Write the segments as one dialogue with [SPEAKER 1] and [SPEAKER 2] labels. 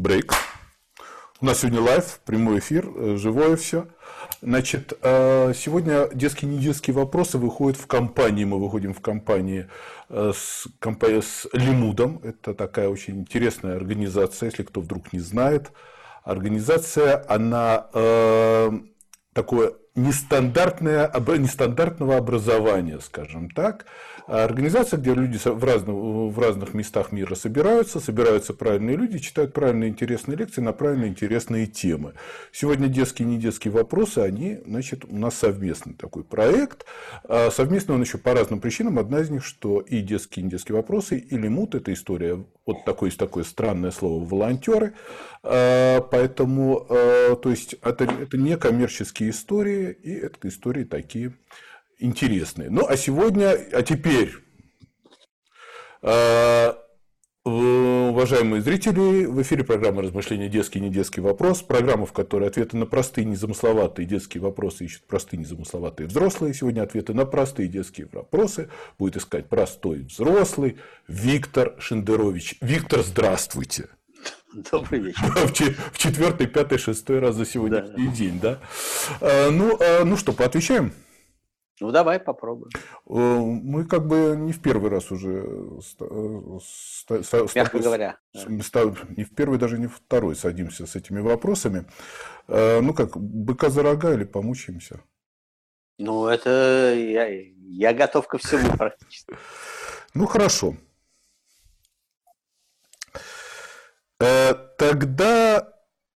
[SPEAKER 1] брейк. У нас сегодня лайв, прямой эфир, живое все. Значит, сегодня детские и недетские вопросы выходят в компании. Мы выходим в компании с Лимудом. Это такая очень интересная организация, если кто вдруг не знает. Организация, она такое нестандартного образования, скажем так. Организация, где люди в разных местах мира собираются правильные люди, читают правильные интересные лекции на правильные интересные темы. Сегодня детские и недетские вопросы, они, значит, у нас совместный такой проект. Совместный он еще по разным причинам. Одна из них, что и детские и недетские вопросы, и Лимуд – это история, вот такое странное слово, волонтеры. Поэтому, то есть, это не коммерческие истории, и это истории такие интересные. Ну, а теперь, уважаемые зрители, в эфире программа «Размышления. Детский и недетский вопрос». Программа, в которой ответы на простые, незамысловатые детские вопросы ищут простые, незамысловатые взрослые. Сегодня ответы на простые детские вопросы будет искать простой взрослый Виктор Шендерович. Виктор, здравствуйте.
[SPEAKER 2] Добрый вечер.
[SPEAKER 1] В четвертый, пятый, шестой раз за сегодняшний день, да? Ну что, поотвечаем?
[SPEAKER 2] Ну, давай попробуем.
[SPEAKER 1] Мы как бы не в первый раз уже...
[SPEAKER 2] Мягко говоря.
[SPEAKER 1] Не в первый, даже не в второй садимся с этими вопросами. Ну как, быка за рога или помучаемся?
[SPEAKER 2] Ну, это... Я готов ко всему практически.
[SPEAKER 1] Ну, хорошо. Тогда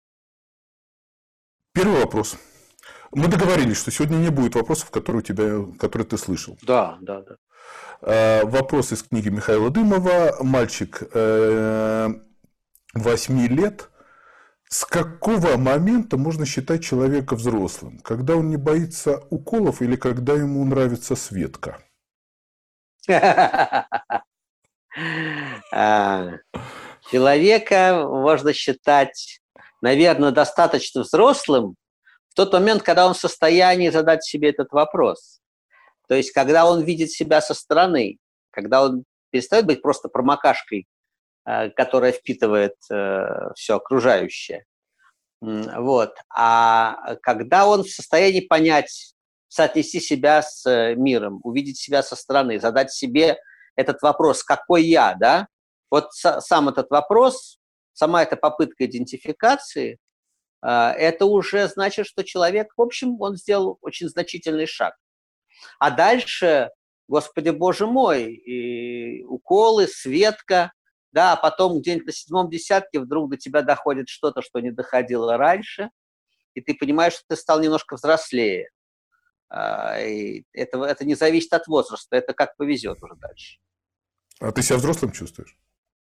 [SPEAKER 1] первый вопрос. Мы договорились, что сегодня не будет вопросов, которые ты слышал.
[SPEAKER 2] Да.
[SPEAKER 1] Вопрос из книги Михаила Дымова. Мальчик 8 лет. С какого момента можно считать человека взрослым? Когда он не боится уколов или когда ему нравится Светка?
[SPEAKER 2] Человека можно считать, наверное, достаточно взрослым в тот момент, когда он в состоянии задать себе этот вопрос. То есть, когда он видит себя со стороны, когда он перестает быть просто промокашкой, которая впитывает все окружающее. Вот. А когда он в состоянии понять, соотнести себя с миром, увидеть себя со стороны, задать себе этот вопрос, какой я, да? Вот сам этот вопрос, сама эта попытка идентификации, это уже значит, что человек, в общем, он сделал очень значительный шаг. А дальше, Господи Боже мой, и уколы, Светка, да, а потом где-нибудь на 7-м десятке вдруг до тебя доходит что-то, что не доходило раньше, и ты понимаешь, что ты стал немножко взрослее. И это не зависит от возраста, это как повезет уже дальше.
[SPEAKER 1] А ты себя взрослым чувствуешь?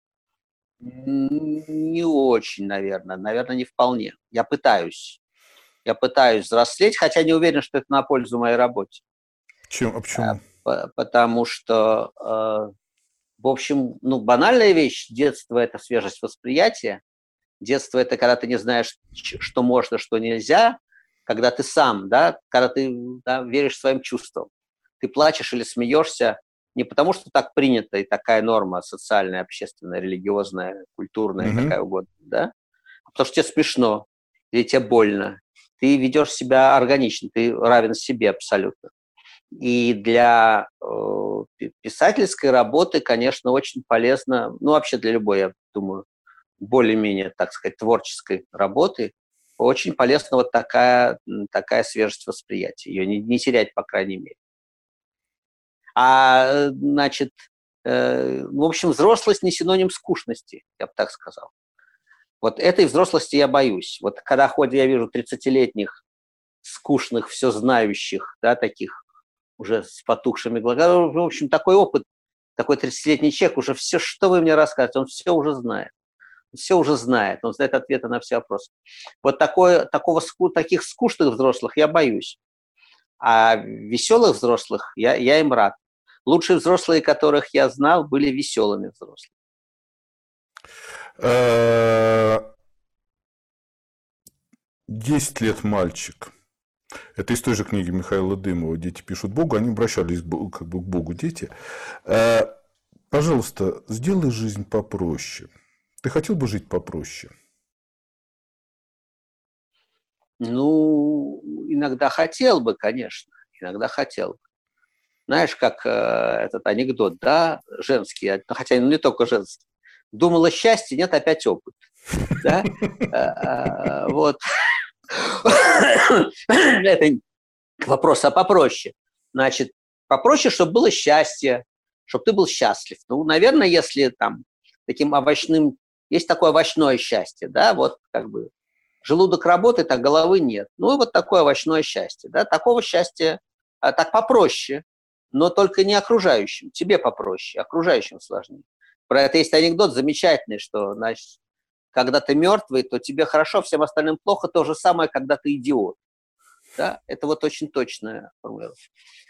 [SPEAKER 2] Не очень, наверное. Наверное, не вполне. Я пытаюсь взрослеть, хотя не уверен, что это на пользу моей работе.
[SPEAKER 1] Почему?
[SPEAKER 2] Потому что, в общем, банальная вещь. Детство – это свежесть восприятия. Детство – это когда ты не знаешь, что можно, что нельзя. Когда ты сам, да, когда ты веришь своим чувствам. Ты плачешь или смеешься не потому, что так принято и такая норма социальная, общественная, религиозная, культурная, какая угодно, да? А потому что тебе смешно, или тебе больно. Ты ведешь себя органично, ты равен себе абсолютно. И для писательской работы, конечно, очень полезно, вообще для любой, я думаю, более-менее, так сказать, творческой работы, очень полезна вот такая свежесть восприятия. Ее не терять, по крайней мере. Значит, в общем, взрослость не синоним скучности, я бы так сказал. Вот этой взрослости я боюсь. Вот когда я вижу 30-летних, скучных, все знающих, да, таких уже с потухшими глазами, в общем, такой опыт, такой 30-летний человек уже все, что вы мне рассказываете, он все уже знает. Он знает ответы на все вопросы. Вот таких скучных взрослых я боюсь. А веселых взрослых я им рад. Лучшие взрослые, которых я знал, были веселыми взрослыми.
[SPEAKER 1] 10 лет мальчик. Это из той же книги Михаила Дымова «Дети пишут Богу». Они обращались как бы к Богу, дети. Пожалуйста, сделай жизнь попроще. Ты хотел бы жить попроще?
[SPEAKER 2] Ну, иногда хотел бы, конечно, иногда хотел бы. Знаешь, как этот анекдот, да, женский, хотя не только женский. Думала счастье, нет, опять опыт. Да? Вот. Это вопрос, а попроще. Значит, попроще, чтобы было счастье, чтобы ты был счастлив. Ну, наверное, если там таким овощным... Есть такое овощное счастье, да, вот как бы желудок работает, а головы нет. Ну, и вот такое овощное счастье, да. Такого счастья так попроще, но только не окружающим. Тебе попроще, окружающим сложнее. Про это есть анекдот замечательный, что, значит, когда ты мертвый, то тебе хорошо, всем остальным плохо. То же самое, когда ты идиот. Да? Это вот очень точная формулировка.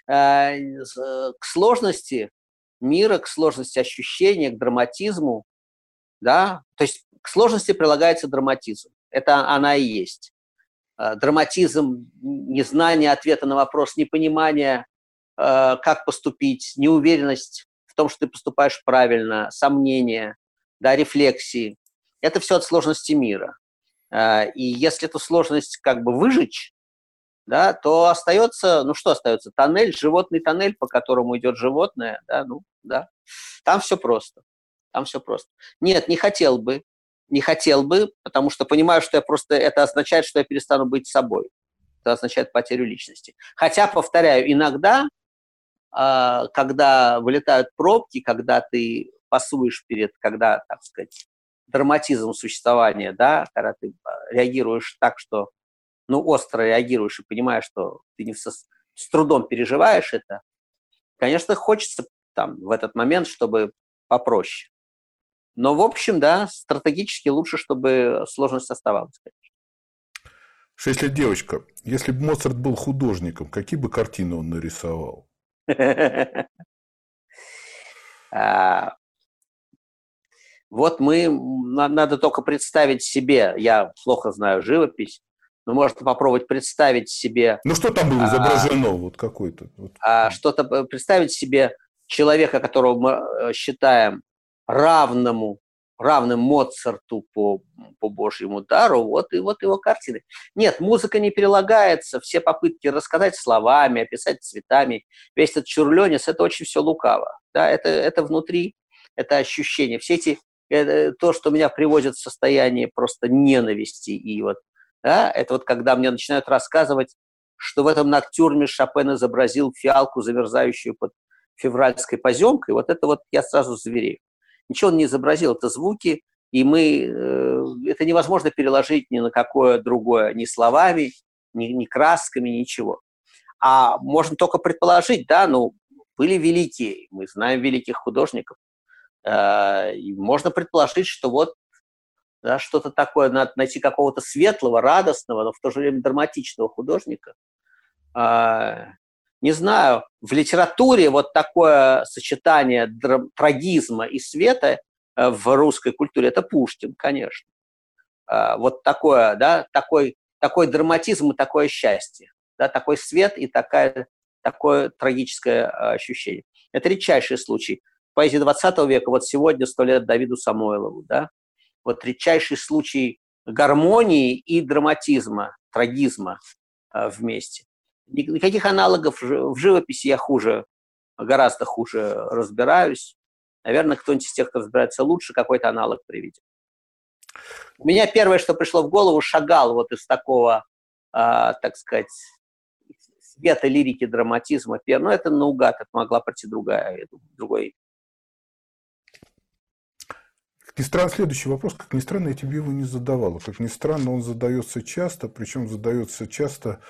[SPEAKER 2] К сложности мира, к сложности ощущения, к драматизму, да, то есть к сложности прилагается драматизм. Это она и есть. Драматизм, незнание ответа на вопрос, непонимание, как поступить, неуверенность в том, что ты поступаешь правильно, сомнения, да, рефлексии. Это все от сложности мира. И если эту сложность как бы выжечь, да, то остается, ну что остается? Тоннель, животный тоннель, по которому идет животное, да, ну, да. Там все просто. Там все просто. Нет, не хотел бы, потому что понимаю, что я просто, это означает, что я перестану быть собой. Это означает потерю личности. Хотя, повторяю, иногда, когда вылетают пробки, когда ты пасуешь перед, когда, так сказать, драматизм существования, да, когда ты реагируешь так, что, ну, остро реагируешь и понимаешь, что ты не с трудом переживаешь это, конечно, хочется там в этот момент, чтобы попроще. Но, в общем, да, стратегически лучше, чтобы сложность оставалась.
[SPEAKER 1] 6 лет девочка. Если бы Моцарт был художником, какие бы картины он нарисовал?
[SPEAKER 2] Вот надо только представить себе, я плохо знаю живопись, но можно попробовать представить себе
[SPEAKER 1] Ну, что там было изображено? Вот какой-то.
[SPEAKER 2] что-то, представить себе человека, которого мы считаем равным Моцарту по Божьему дару, вот его картины. Нет, музыка не прилагается, все попытки рассказать словами, описать цветами, весь этот чурленец, это очень все лукаво. Да, это внутри, это ощущение. Все эти, то, что меня приводит в состояние просто ненависти, и вот, да, это вот когда мне начинают рассказывать, что в этом ноктюрне Шопен изобразил фиалку, замерзающую под февральской поземкой, вот это вот я сразу зверею. Ничего он не изобразил, это звуки, и это невозможно переложить ни на какое другое, ни словами, ни красками, ничего. А можно только предположить, да, ну, были великие, мы знаем великих художников, и можно предположить, что вот, да, что-то такое, надо найти какого-то светлого, радостного, но в то же время драматичного художника. Не знаю, в литературе вот такое сочетание трагизма и света в русской культуре – это Пушкин, конечно. Вот такое, да, такой драматизм и такое счастье, да, такой свет и такое трагическое ощущение. Это редчайший случай. В поэзии 20 века, вот сегодня 100 лет Давиду Самойлову, да, вот редчайший случай гармонии и драматизма, трагизма вместе. Никаких аналогов в живописи я гораздо хуже разбираюсь. Наверное, кто-нибудь из тех, кто разбирается лучше, какой-то аналог приведет. У меня первое, что пришло в голову, Шагал вот из такого, так сказать, света, лирики, драматизма. Но это наугад, это могла пройти другой.
[SPEAKER 1] Как ни странно, следующий вопрос, как ни странно, я тебе его не задавал. Как ни странно, он задается часто, причем задается часто,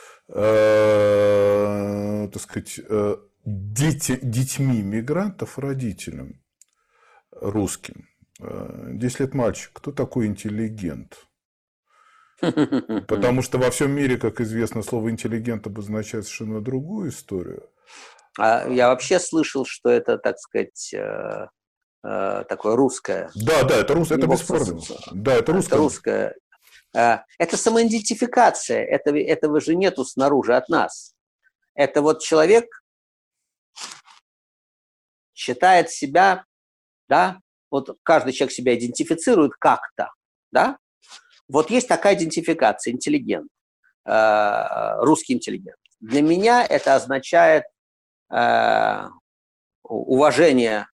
[SPEAKER 1] так сказать, детьми мигрантов, родителям русским. 10 лет мальчик. Кто такой интеллигент? Потому что во всем мире, как известно, слово интеллигент обозначает совершенно другую историю.
[SPEAKER 2] Я вообще слышал, что это, так сказать, такое русское.
[SPEAKER 1] Да, это русское, это бесспорно. Да, это русское.
[SPEAKER 2] Это русское. Это самоидентификация. Этого же нету снаружи от нас. Это вот человек считает себя, да, вот каждый человек себя идентифицирует как-то, да. Вот есть такая идентификация, интеллигент. русский интеллигент. Для меня это означает уважение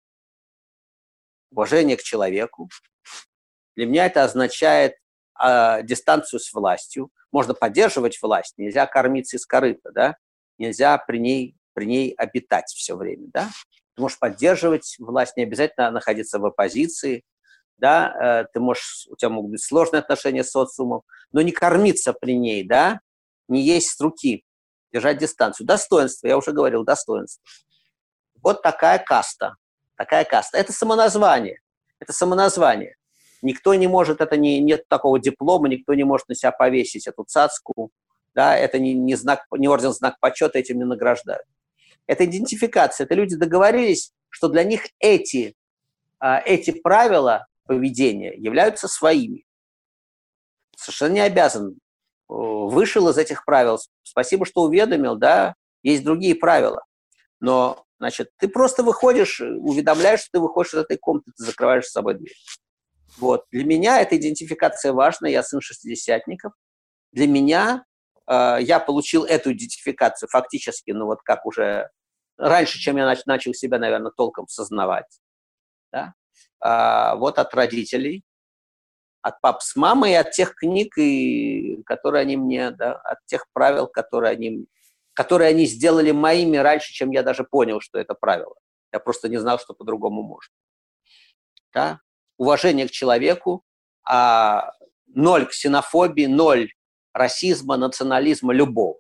[SPEAKER 2] к человеку. Для меня это означает дистанцию с властью. Можно поддерживать власть, нельзя кормиться из корыта, да? Нельзя при ней обитать все время. Да? Ты можешь поддерживать власть, не обязательно находиться в оппозиции. Да? У тебя могут быть сложные отношения с социумом, но не кормиться при ней, да? Не есть с руки, держать дистанцию. Достоинство, я уже говорил, достоинство. Вот такая каста. Это самоназвание. Никто не может, нет такого диплома, никто не может на себя повесить эту цацку. Да, это не орден, знак почета, этим не награждают. Это идентификация. Это люди договорились, что для них эти правила поведения являются своими. Совершенно не обязан. Вышел из этих правил. Спасибо, что уведомил, да, есть другие правила. Но, значит, ты просто выходишь, уведомляешь, что ты выходишь из этой комнаты, ты закрываешь с собой дверь. Вот. Для меня эта идентификация важна, я сын шестидесятников. Для меня я получил эту идентификацию фактически, как уже раньше, чем я начал себя, наверное, толком сознавать. Да? Вот от родителей, от пап с мамой, и от тех книг, которые они мне, да, от тех правил, которые они сделали моими раньше, чем я даже понял, что это правило. Я просто не знал, что по-другому можно. Да? Уважение к человеку, 0 ксенофобии, 0 расизма, национализма, любого.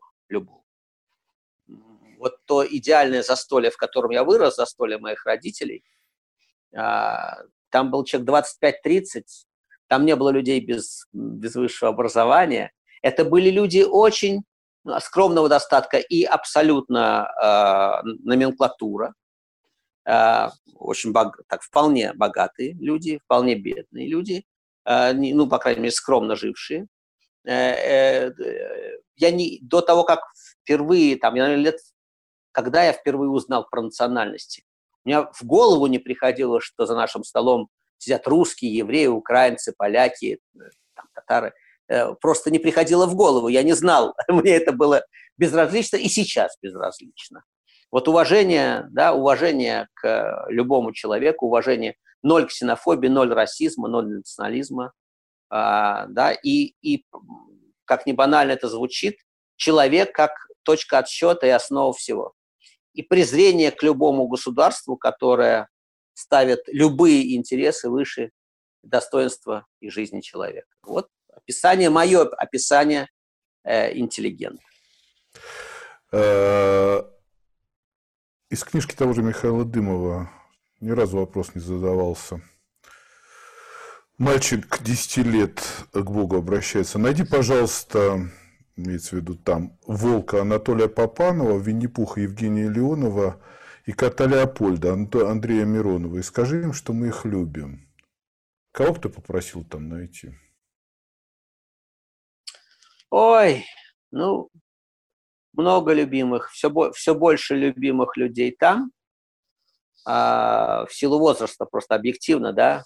[SPEAKER 2] Вот то идеальное застолье, в котором я вырос, застолье моих родителей, там был человек 25-30, там не было людей без высшего образования. Это были люди очень скромного достатка и абсолютно номенклатура. Очень вполне богатые люди, вполне бедные люди, по крайней мере, скромно жившие. До того, как впервые, когда я впервые узнал про национальности, у меня в голову не приходило, что за нашим столом сидят русские, евреи, украинцы, поляки, татары. Просто не приходило в голову, я не знал, мне это было безразлично и сейчас безразлично. Вот уважение к любому человеку, уважение, 0 ксенофобии, 0 расизма, 0 национализма, да, и как ни банально это звучит, человек как точка отсчета и основа всего. И презрение к любому государству, которое ставит любые интересы выше достоинства и жизни человека. Вот мое описание интеллигента.
[SPEAKER 1] Из книжки того же Михаила Дымова ни разу вопрос не задавался. Мальчик 10 лет к Богу обращается. Найди, пожалуйста, имеется в виду там, Волка Анатолия Попанова, Винни-Пуха Евгения Леонова и Кота Леопольда Андрея Миронова. И скажи им, что мы их любим. Кого бы ты попросил там найти?
[SPEAKER 2] Ой, много любимых, все больше любимых людей там. В силу возраста, просто объективно, да.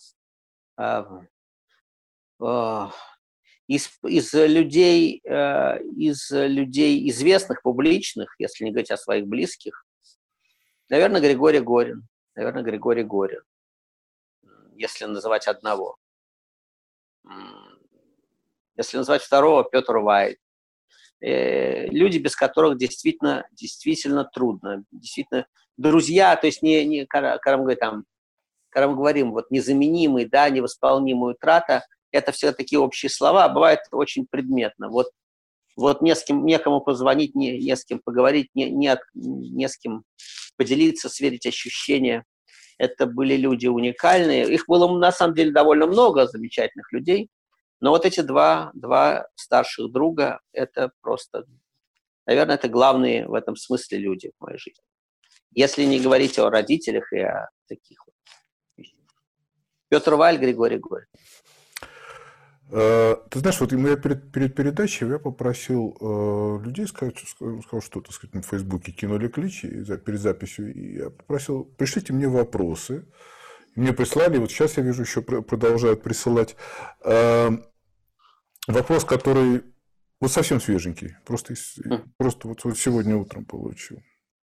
[SPEAKER 2] Из людей известных, публичных, если не говорить о своих близких, наверное, Григорий Горин. Если называть одного. Если назвать второго, Петр Вайт. Люди, без которых действительно трудно. Действительно, друзья, то есть когда мы говорим вот незаменимый, да, невосполнимая утрата, это все такие общие слова, бывает очень предметно. Вот некому позвонить, не с кем поговорить, не с кем поделиться, сверить ощущения. Это были люди уникальные. Их было, на самом деле, довольно много замечательных людей. Но вот эти два старших друга, это просто, наверное, это главные в этом смысле люди в моей жизни. Если не говорить о родителях и о таких вот вещах. Петр Вайль, Григорий Горин.
[SPEAKER 1] Ты знаешь, вот я перед передачей я попросил людей сказать, что, так сказать, на Фейсбуке кинули клич перед записью, и я попросил, пришлите мне вопросы. Мне прислали, вот сейчас я вижу, еще продолжают присылать. Вопрос, который Вот совсем свеженький. Просто вот сегодня утром получил.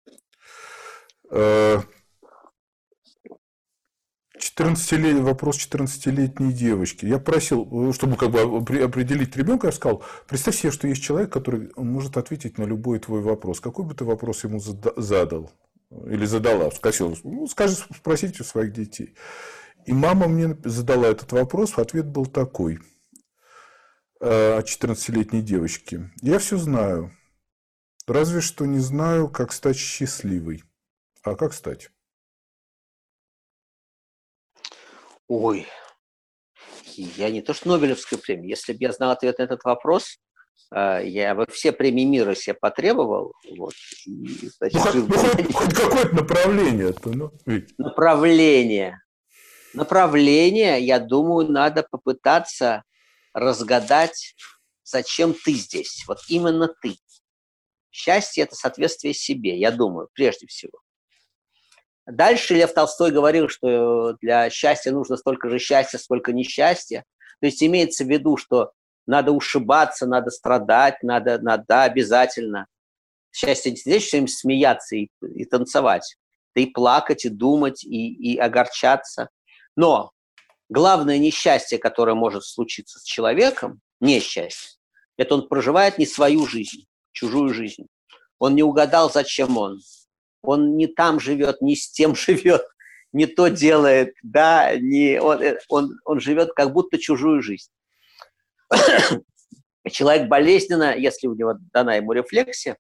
[SPEAKER 1] 14 14-летней девочки. Я просил, чтобы как бы определить ребенка, я сказал, представь себе, что есть человек, который может ответить на любой твой вопрос. Какой бы ты вопрос ему задал или задала? Спросил, скажи, спросите у своих детей. И мама мне задала этот вопрос, ответ был такой. От 14-летней девочки. Я все знаю. Разве что не знаю, как стать счастливой. А как стать?
[SPEAKER 2] Ой, я не то что Нобелевскую премию. Если бы я знал ответ на этот вопрос, я бы все премии мира себе потребовал. Вот, и, значит,
[SPEAKER 1] хоть какое-то направление-то.
[SPEAKER 2] Направление, я думаю, надо попытаться разгадать, зачем ты здесь. Вот именно ты. Счастье – это соответствие себе, я думаю, прежде всего. Дальше Лев Толстой говорил, что для счастья нужно столько же счастья, сколько несчастья. То есть имеется в виду, что надо ушибаться, надо страдать, надо обязательно. Счастье не здесь все время смеяться и танцевать. Да и плакать, и думать, и огорчаться. Но главное несчастье, которое может случиться с человеком, несчастье, это он проживает не свою жизнь, чужую жизнь. Он не угадал, зачем он. Он не там живет, не с тем живет, не то делает, да, он живет как будто чужую жизнь. Человек болезненно, если у него дана ему рефлексия,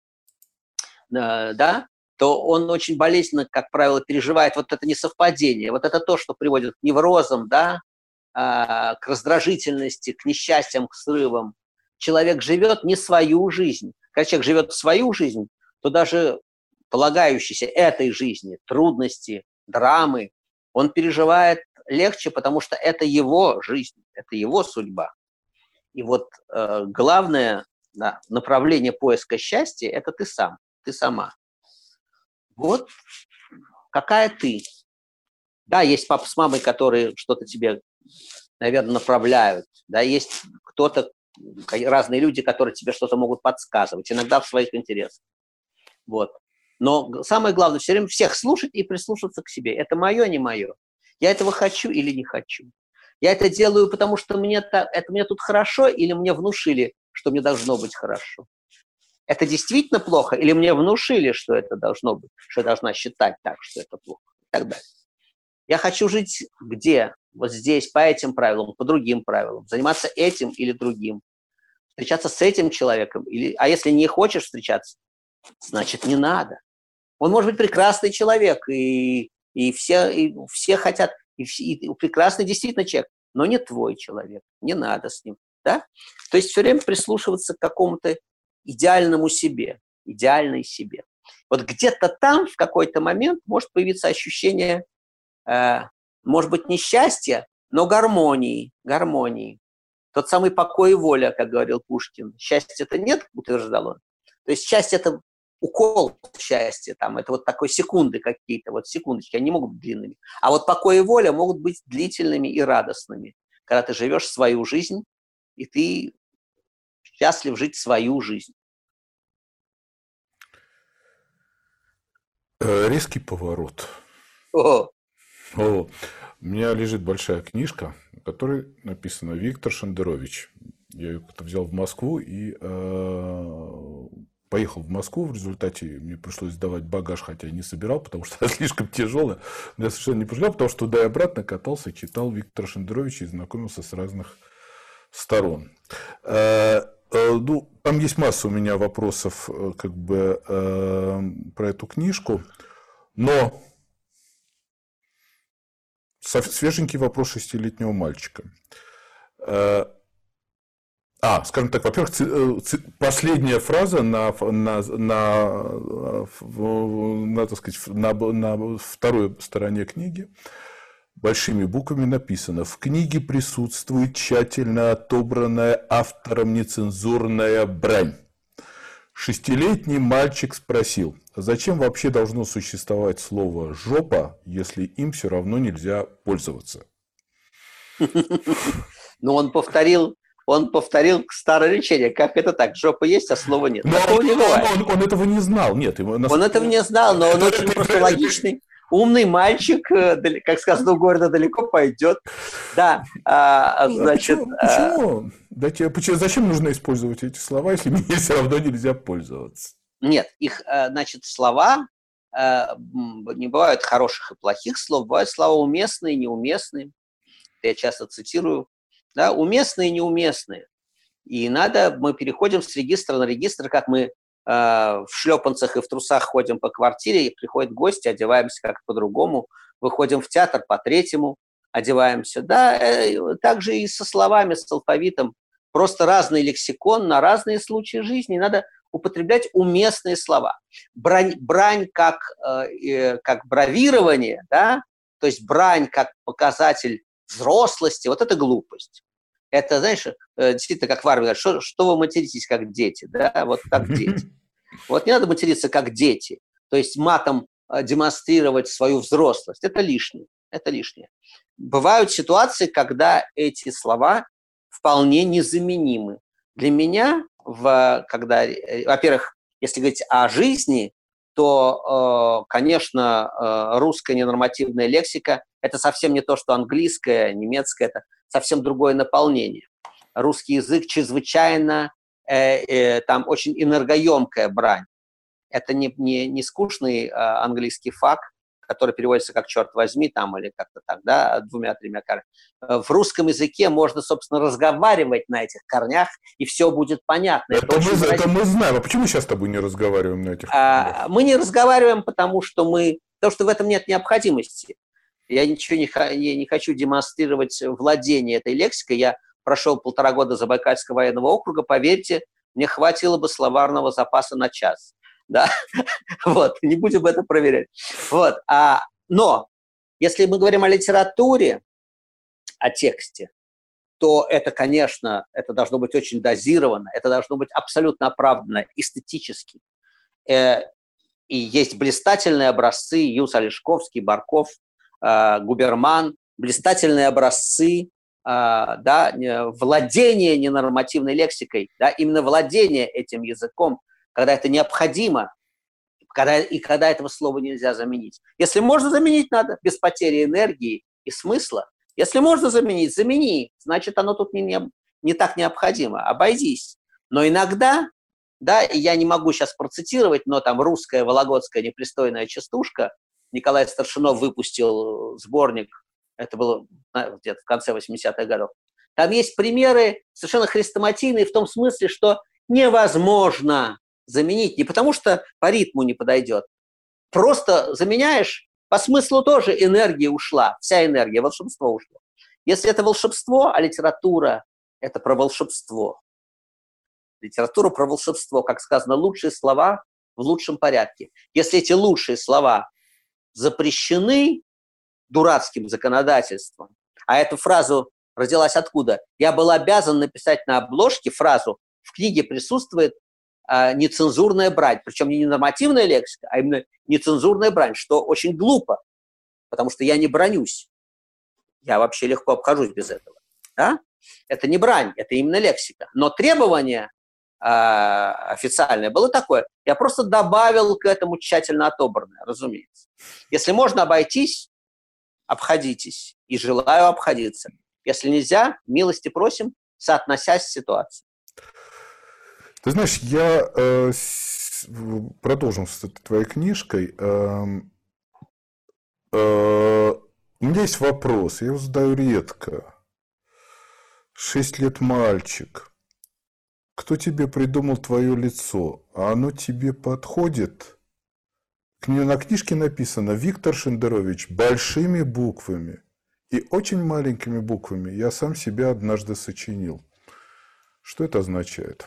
[SPEAKER 2] да, то он очень болезненно, как правило, переживает вот это несовпадение, вот это то, что приводит к неврозам, да, к раздражительности, к несчастьям, к срывам. Человек живет не свою жизнь. Когда человек живет свою жизнь, то даже полагающийся этой жизни, трудности, драмы, он переживает легче, потому что это его жизнь, это его судьба. И вот главное направление поиска счастья – это ты сам, ты сама. Вот какая ты. Да, есть папа с мамой, которые что-то тебе, наверное, направляют. Да, есть кто-то, разные люди, которые тебе что-то могут подсказывать, иногда в своих интересах. Вот. Но самое главное, все время всех слушать и прислушаться к себе. Это мое, не мое. Я этого хочу или не хочу. Я это делаю, потому что мне тут хорошо, или мне внушили, что мне должно быть хорошо. Это действительно плохо, или мне внушили, что это должно быть, что я должна считать так, что это плохо, и так далее. Я хочу жить где? Вот здесь, по этим правилам, по другим правилам. Заниматься этим или другим. Встречаться с этим человеком. А если не хочешь встречаться, значит, не надо. Он может быть прекрасный человек, и все хотят, и прекрасный действительно человек, но не твой человек, не надо с ним. Да? То есть все время прислушиваться к какому-то идеальному себе, идеальной себе. Вот где-то там в какой-то момент может появиться ощущение, может быть, не счастья, но гармонии. Тот самый покой и воля, как говорил Пушкин. Счастья-то нет, утверждал он. То есть счастье – это укол счастья, там, это вот такой секунды какие-то, вот секундочки, они могут быть длинными. А вот покой и воля могут быть длительными и радостными, когда ты живешь свою жизнь, и ты счастлив жить свою жизнь.
[SPEAKER 1] Резкий поворот. У меня лежит большая книжка, в которой написано «Виктор Шендерович». Я ее как-то взял в Москву и поехал в Москву. В результате мне пришлось сдавать багаж, хотя я не собирал, потому что она слишком тяжелая. Я совершенно не пожалел, потому что туда и обратно катался, читал Виктора Шендеровича и знакомился с разных сторон. Там есть масса у меня вопросов как бы про эту книжку, но свеженький вопрос 6-летнего мальчика. Скажем так, во-первых, последняя фраза на второй стороне книги большими буквами написано: в книге присутствует тщательно отобранная автором нецензурная брань. 6-летний мальчик спросил: а зачем вообще должно существовать слово «жопа», если им все равно нельзя пользоваться?
[SPEAKER 2] Ну, он повторил он повторил старое речение. Как это так? Жопа есть, а слова нет.
[SPEAKER 1] Но
[SPEAKER 2] Такого не бывает.
[SPEAKER 1] он этого не знал. Нет,
[SPEAKER 2] Он этого не знал, но он очень просто логичный, умный мальчик, как сказано у города, далеко пойдет. Да, значит...
[SPEAKER 1] Почему? Зачем нужно использовать эти слова, если мне все равно нельзя пользоваться?
[SPEAKER 2] Нет, их, значит, слова, не бывают хороших и плохих слов, бывают слова уместные, неуместные. Я часто цитирую, да, уместные и неуместные. И мы переходим с регистра на регистр, как мы в шлепанцах и в трусах ходим по квартире, и приходят гости, одеваемся как по-другому, выходим в театр по-третьему, одеваемся. Да, также и со словами, с алфавитом. Просто разный лексикон на разные случаи жизни. Надо употреблять уместные слова. Брань как бравирование, да, то есть брань как показатель взрослости, вот это глупость. Это, знаешь, действительно, как в армии говорят, что вы материтесь, как дети, да, вот как дети. Вот не надо материться, как дети, то есть матом демонстрировать свою взрослость. Это лишнее, это лишнее. Бывают ситуации, когда эти слова вполне незаменимы. Для меня, во-первых, если говорить о жизни, то, конечно, русская ненормативная лексика – это совсем не то, что английская, немецкая, это совсем другое наполнение. Русский язык чрезвычайно, там очень энергоемкая брань. Это не скучный английский факт, который переводится как «черт возьми» там, или как-то так, да, 2-3 корнями. В русском языке можно, собственно, разговаривать на этих корнях, и все будет понятно.
[SPEAKER 1] Это мы знаем. А почему сейчас с тобой не разговариваем на этих
[SPEAKER 2] корнях? Мы не разговариваем, потому что в этом нет необходимости. Я ничего не хочу демонстрировать владение этой лексикой. Я прошел 1,5 года Забайкальского военного округа. Поверьте, мне хватило бы словарного запаса на час. Да? Вот, не будем это проверять. Вот. Но если мы говорим о литературе, о тексте, то это, конечно, это должно быть очень дозировано, это должно быть абсолютно оправданно, эстетически. И есть блистательные образцы, Юс Олешковский, Барков, Губерман, блистательные образцы владения ненормативной лексикой, да, именно владение этим языком, когда это необходимо, когда этого слова нельзя заменить. Если можно заменить, надо, без потери энергии и смысла. Если можно заменить, замени, значит, оно тут не так необходимо, обойдись. Но иногда, да, и я не могу сейчас процитировать, но там русская вологодская непристойная частушка, Николай Старшинов выпустил сборник, это было где-то в конце 80-х годов. Там есть примеры совершенно хрестоматийные в том смысле, что невозможно заменить, не потому что по ритму не подойдет, просто заменяешь, по смыслу тоже энергия ушла, вся энергия, волшебство ушло. Если это волшебство, а литература – это про волшебство. Литература про волшебство, как сказано, лучшие слова в лучшем порядке. Если эти лучшие слова запрещены дурацким законодательством, а эту фразу родилась откуда? Я был обязан написать на обложке фразу «В книге присутствует нецензурная брань», причем не нормативная лексика, а именно нецензурная брань, что очень глупо, потому что я не бранюсь. Я вообще легко обхожусь без этого. Да? Это не брань, это именно лексика. Но требование официальное было такое. Я просто добавил к этому тщательно отобранное, разумеется. Если можно обойтись, обходитесь. И желаю обходиться. Если нельзя, милости просим, соотносясь с ситуацией.
[SPEAKER 1] Ты знаешь, я продолжим с этой твоей книжкой. У меня есть вопрос, я его задаю редко. 6 лет мальчик. Кто тебе придумал твое лицо? А оно тебе подходит? На книжке написано Виктор Шендерович большими буквами и очень маленькими буквами. Я сам себя однажды сочинил. Что это означает?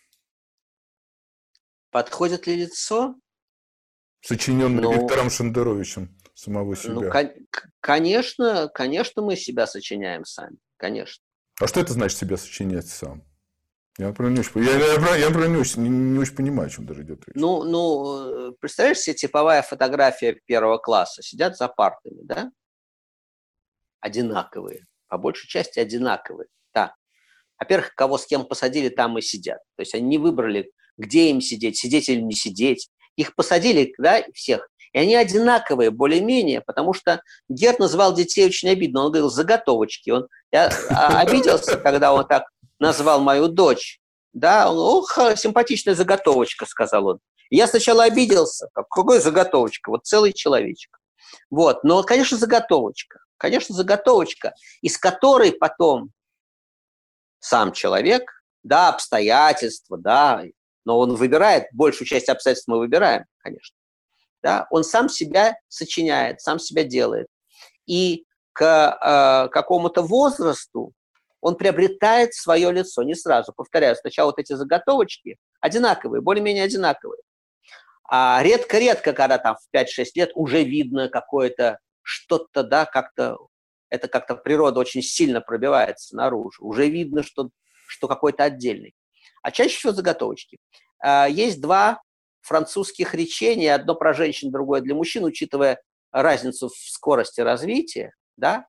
[SPEAKER 2] Подходит ли лицо?
[SPEAKER 1] Сочиненное Виктором Шендеровичем самого себя.
[SPEAKER 2] Конечно, мы себя сочиняем сами. Конечно.
[SPEAKER 1] А что это значит себя сочинять сам? Я не очень понимаю, о чем даже идет речь.
[SPEAKER 2] Представляешь себе типовая фотография 1 класса. Сидят за партами, да? Одинаковые. По большей части одинаковые. Да. Во-первых, кого с кем посадили, там и сидят. То есть они не выбрали, где им сидеть или не сидеть. Их посадили, да, всех. И они одинаковые, более-менее, потому что Герд называл детей очень обидно. Он говорил заготовочки. Я обиделся, когда он так назвал мою дочь. Да, он, ох, симпатичная заготовочка, сказал он. И я сначала обиделся. Какой заготовочка? Вот целый человечек. Вот. Но, конечно, заготовочка. Конечно, заготовочка, из которой потом сам человек, да, обстоятельства, да, но он выбирает, большую часть обстоятельств мы выбираем, конечно, да, он сам себя сочиняет, сам себя делает. И к какому-то возрасту он приобретает свое лицо, не сразу, повторяю, сначала вот эти заготовочки одинаковые, более-менее одинаковые. А редко-редко, когда там в 5-6 лет уже видно какое-то что-то, да, как-то это как-то природа очень сильно пробивается наружу. Уже видно, что какой-то отдельный. А чаще всего заготовочки. Есть два французских речения, одно про женщин, другое для мужчин, учитывая разницу в скорости развития. Да?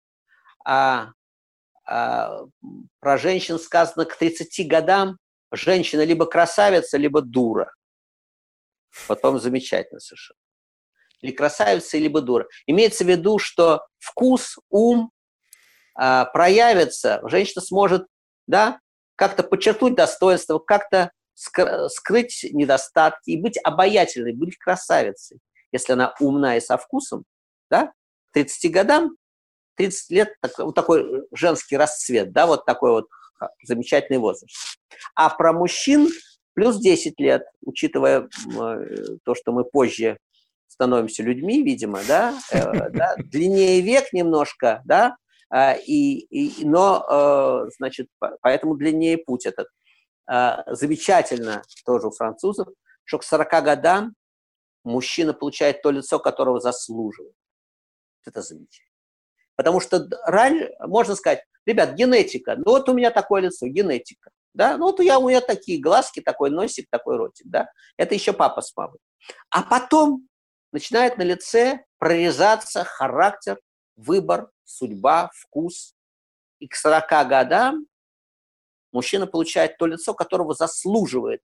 [SPEAKER 2] Про женщин сказано, к 30 годам женщина либо красавица, либо дура. Потом замечательно совершенно. Или красавица, либо дура. Имеется в виду, что вкус, ум проявится, женщина сможет, да, как-то подчеркнуть достоинство, как-то скрыть недостатки и быть обаятельной, быть красавицей. Если она умна и со вкусом, да, к 30 годам, 30 лет, вот такой женский расцвет, да, вот такой вот замечательный возраст. А про мужчин плюс 10 лет, учитывая то, что мы позже становимся людьми, видимо, да, длиннее век немножко, да, но, значит, поэтому длиннее путь этот. Замечательно тоже у французов, что к 40 годам мужчина получает то лицо, которого заслуживает. Это замечательно. Потому что раньше, можно сказать, ребят, генетика, ну вот у меня такое лицо, генетика. Да? Ну вот у меня такие глазки, такой носик, такой ротик. Да? Это еще папа с мамой. А потом начинает на лице прорезаться характер, выбор, судьба, вкус. И к 40 годам мужчина получает то лицо, которого заслуживает.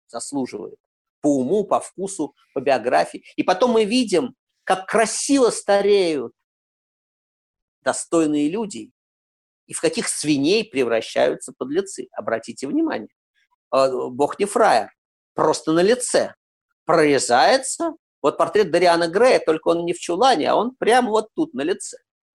[SPEAKER 2] По уму, по вкусу, по биографии. И потом мы видим, как красиво стареют достойные люди и в каких свиней превращаются подлецы. Обратите внимание. Бог не фраер. Просто на лице прорезается. Вот портрет Дориана Грея, только он не в чулане, а он прямо вот тут, на лице.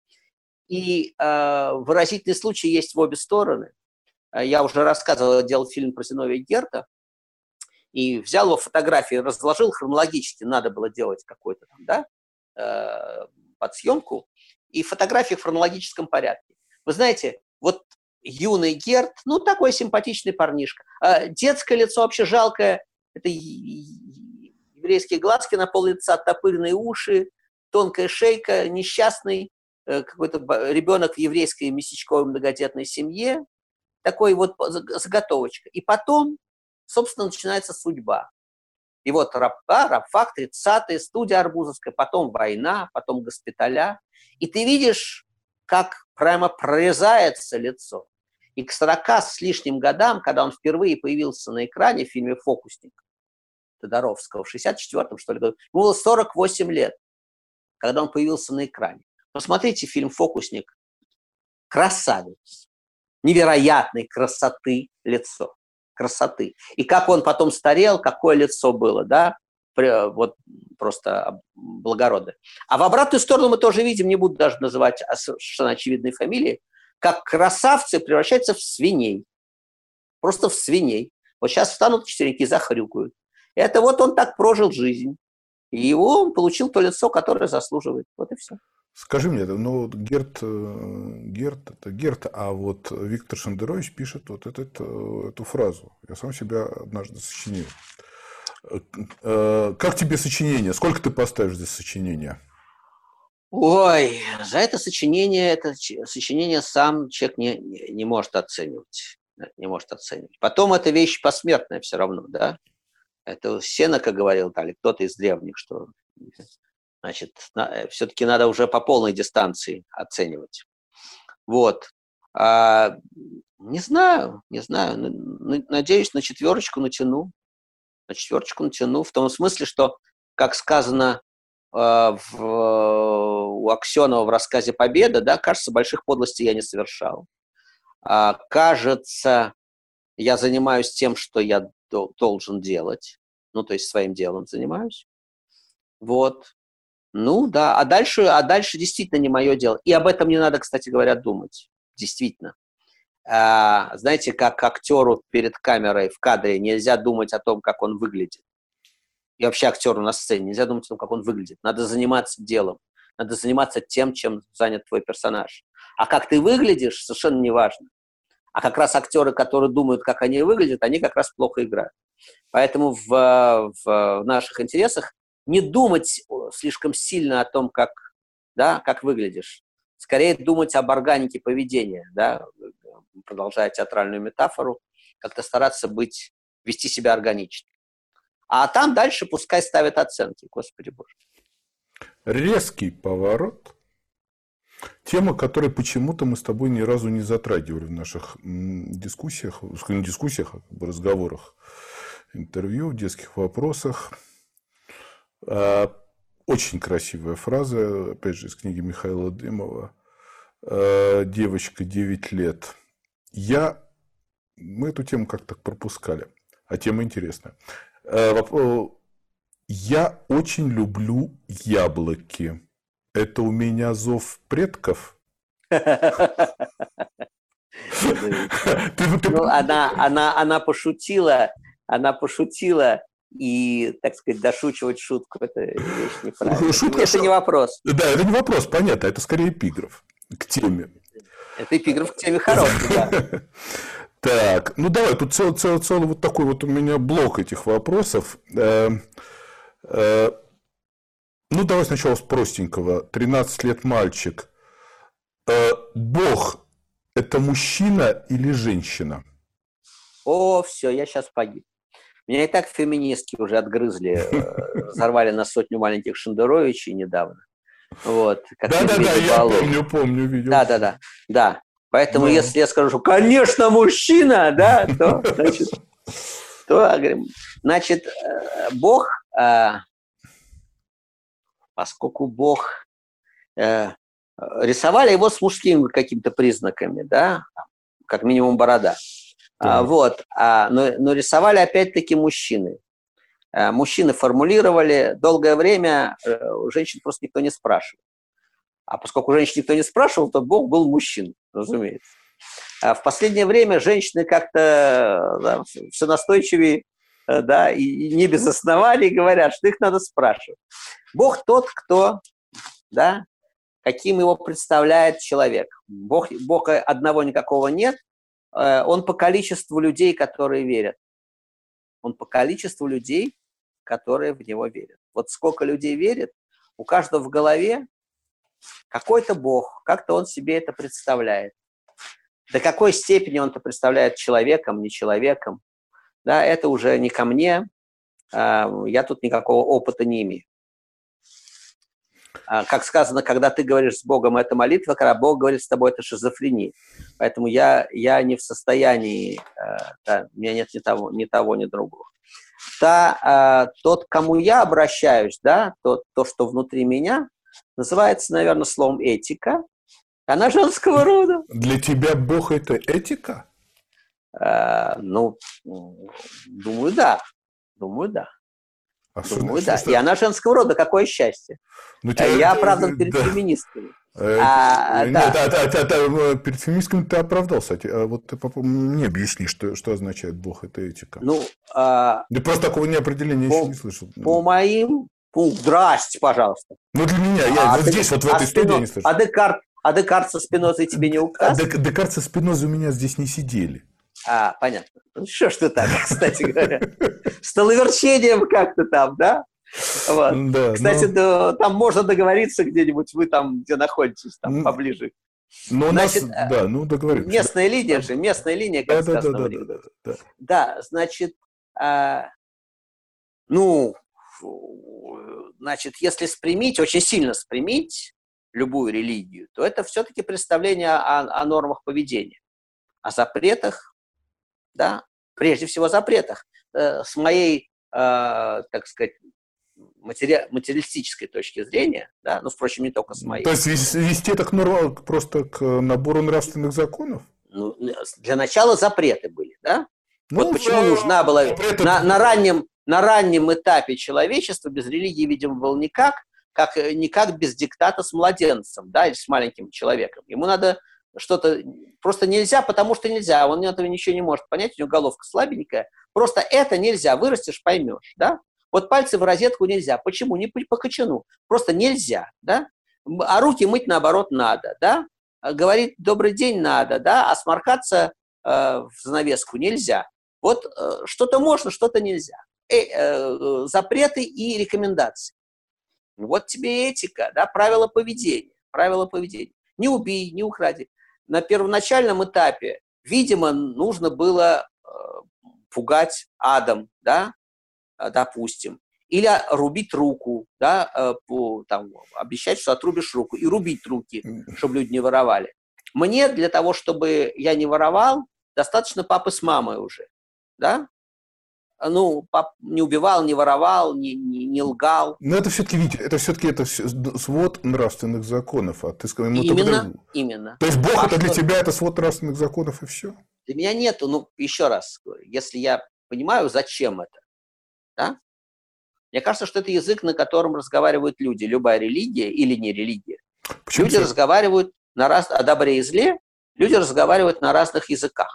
[SPEAKER 2] И выразительный случай есть в обе стороны. Я уже рассказывал, я делал фильм про Зиновия Герта, и взял его фотографии, разложил хронологически, надо было делать какой-то там, да, подсъемку, и фотографии в хронологическом порядке. Вы знаете, вот юный Герт, ну, такой симпатичный парнишка. Детское лицо вообще жалкое, это еврейские глазки на пол лица, оттопыренные уши, тонкая шейка, несчастный какой-то ребенок в еврейской местечковой многодетной семье, такой вот заготовочка. И потом, собственно, начинается судьба. И вот рабфак, 30-е, студия Арбузовская, потом война, потом госпиталя. И ты видишь, как прямо прорезается лицо. И к 40 с лишним годам, когда он впервые появился на экране в фильме «Фокусник» Тодоровского, в 64-м, что ли, ему было 48 лет, когда он появился на экране. Посмотрите фильм «Фокусник». Красавец. Невероятной красоты лицо. Красоты. И как он потом старел, какое лицо было, да, вот просто благородное. А в обратную сторону мы тоже видим, не буду даже называть совершенно очевидные фамилии, как красавцы превращаются в свиней. Просто в свиней. Вот сейчас встанут четвереньки и захрюкают. Это вот он так прожил жизнь. И его он получил то лицо, которое заслуживает. Вот и все.
[SPEAKER 1] Скажи мне, ну, Герт, это Герт, а вот Виктор Шендерович пишет вот эту фразу. Я сам себя однажды сочинил. Как тебе сочинение? Сколько ты поставишь за сочинение?
[SPEAKER 2] Ой, за это сочинение сам человек не может оценивать. Не может оценивать. Потом это вещь посмертная все равно, да? Это Сенека говорил, да, или кто-то из древних, что, значит, все-таки надо уже по полной дистанции оценивать. Вот. Не Не знаю, не знаю. Надеюсь, на четверочку натяну. На четверочку натяну. В том смысле, что, как сказано у Аксенова в рассказе «Победа», да, кажется, больших подлостей я не совершал. Кажется, я занимаюсь тем, что я должен делать. Ну, то есть своим делом занимаюсь. Вот. Ну, да. А дальше действительно не мое дело. И об этом не надо, кстати говоря, думать. Действительно. Знаете, как актеру перед камерой в кадре нельзя думать о том, как он выглядит. И вообще актеру на сцене нельзя думать о том, как он выглядит. Надо заниматься делом. Надо заниматься тем, чем занят твой персонаж. А как ты выглядишь, совершенно не важно. А как раз актеры, которые думают, как они выглядят, они как раз плохо играют. Поэтому в наших интересах не думать слишком сильно о том, как выглядишь. Скорее думать об органике поведения, да, продолжая театральную метафору, как-то стараться вести себя органично. А там дальше пускай ставят оценки, Господи Боже.
[SPEAKER 1] Резкий поворот. Тема, которую почему-то мы с тобой ни разу не затрагивали в наших дискуссиях, не дискуссиях, а разговорах, интервью, детских вопросах. Очень красивая фраза, опять же, из книги Михаила Дымова. Девочка, 9 лет. Мы эту тему как-то пропускали, а тема интересная. Я очень люблю яблоки. Это у меня зов предков?
[SPEAKER 2] Она пошутила, и, так сказать, дошучивать шутку – это вещь неправильная. Это не вопрос.
[SPEAKER 1] Да, это не вопрос, понятно, это скорее эпиграф к теме.
[SPEAKER 2] Это эпиграф к теме хороший, да.
[SPEAKER 1] Так, ну давай, тут целый вот такой вот у меня блок этих вопросов. Ну, давай сначала с простенького. 13 лет мальчик. Бог – это мужчина или женщина?
[SPEAKER 2] О, все, я сейчас погиб. Меня и так феминистки уже отгрызли, взорвали на 100 маленьких Шендеровичей недавно. Вот,
[SPEAKER 1] да, я помню, видел.
[SPEAKER 2] Да. Поэтому, если я скажу, конечно, мужчина, да, значит, Бог, поскольку Бог рисовали его с мужскими какими-то признаками, да, как минимум борода. Но рисовали опять-таки мужчины. Мужчины формулировали. Долгое время у женщин просто никто не спрашивал. А поскольку женщин никто не спрашивал, то Бог был мужчин, разумеется. А в последнее время женщины как-то все настойчивее, да, и не без оснований говорят, что их надо спрашивать. Бог тот, кто, да, каким его представляет человек. Бога одного никакого нет. Он по количеству людей, которые верят. Он по количеству людей, которые в него верят. Вот сколько людей верит, у каждого в голове какой-то Бог, как-то он себе это представляет. До какой степени он это представляет человеком, не человеком, да, это уже не ко мне, я тут никакого опыта не имею. Как сказано, когда ты говоришь с Богом, это молитва, когда Бог говорит с тобой, это шизофрения. Поэтому я не в состоянии, да, у меня нет ни того, ни другого. Тот, к кому я обращаюсь, да, то, что внутри меня, называется, наверное, словом этика. Она женского рода.
[SPEAKER 1] Для тебя Бог – это этика?
[SPEAKER 2] Думаю, да. Думаю, да. И она женского рода. Какое счастье. Я оправдан перед феминистками.
[SPEAKER 1] Нет, перед феминистками ты оправдался. А вот ты мне объясни, что означает Бог – это этика. Ты просто такого определения еще не слышал.
[SPEAKER 2] По моим... Здрасте, пожалуйста.
[SPEAKER 1] Ну, для меня. Я вот здесь, вот в этой студии не слышал.
[SPEAKER 2] А Декарт со Спинозой тебе не указ?
[SPEAKER 1] Декарт со Спинозой у меня здесь не сидели.
[SPEAKER 2] Понятно. Ну, что ж ты так, кстати говоря. Столоверчением как-то там, да? Вот. Да, кстати, там можно договориться где-нибудь, вы там, где находитесь, там поближе.
[SPEAKER 1] Но значит, договоримся.
[SPEAKER 2] Местная линия, как сказано в анекдоте. Да, значит, если спрямить, очень сильно спрямить любую религию, то это все-таки представление о нормах поведения. о запретах, да, прежде всего о запретах, с моей, так сказать, материалистической точки зрения, да, ну, впрочем, не только с моей.
[SPEAKER 1] То есть вести это просто к набору нравственных законов?
[SPEAKER 2] Ну, для начала запреты были, да?
[SPEAKER 1] Ну,
[SPEAKER 2] вот почему нужна была на раннем этапе человечества без религии, видимо, было никак без диктата с младенцем, да, или с маленьким человеком. Ему надо что-то... Просто нельзя, потому что нельзя. Он этого ничего не может понять, у него головка слабенькая. Просто это нельзя. Вырастешь, поймешь, да? Вот пальцы в розетку нельзя. Почему? Не по кочану. Просто нельзя, да? А руки мыть, наоборот, надо, да? Говорить «добрый день» надо, да? А сморкаться в занавеску нельзя. Вот что-то можно, что-то нельзя. Запреты и рекомендации. Вот тебе этика, да, правила поведения. Правила поведения. Не убей, не укради. На первоначальном этапе, видимо, нужно было пугать адом, да, допустим, или рубить руку, да, там, обещать, что отрубишь руку, и рубить руки, чтобы люди не воровали. Мне для того, чтобы я не воровал, достаточно папы с мамой уже, да. Ну, пап не убивал, не воровал, не лгал.
[SPEAKER 1] Но это все-таки, Витя, это свод нравственных законов. А ты сказал,
[SPEAKER 2] Именно.
[SPEAKER 1] То есть Бог это для тебя это свод нравственных законов и все?
[SPEAKER 2] Для меня нету, ну, еще раз говорю, если я понимаю, зачем это, да? Мне кажется, что это язык, на котором разговаривают люди, любая религия или не религия.
[SPEAKER 1] Почему
[SPEAKER 2] люди разговаривают о добре и зле, люди разговаривают на разных языках.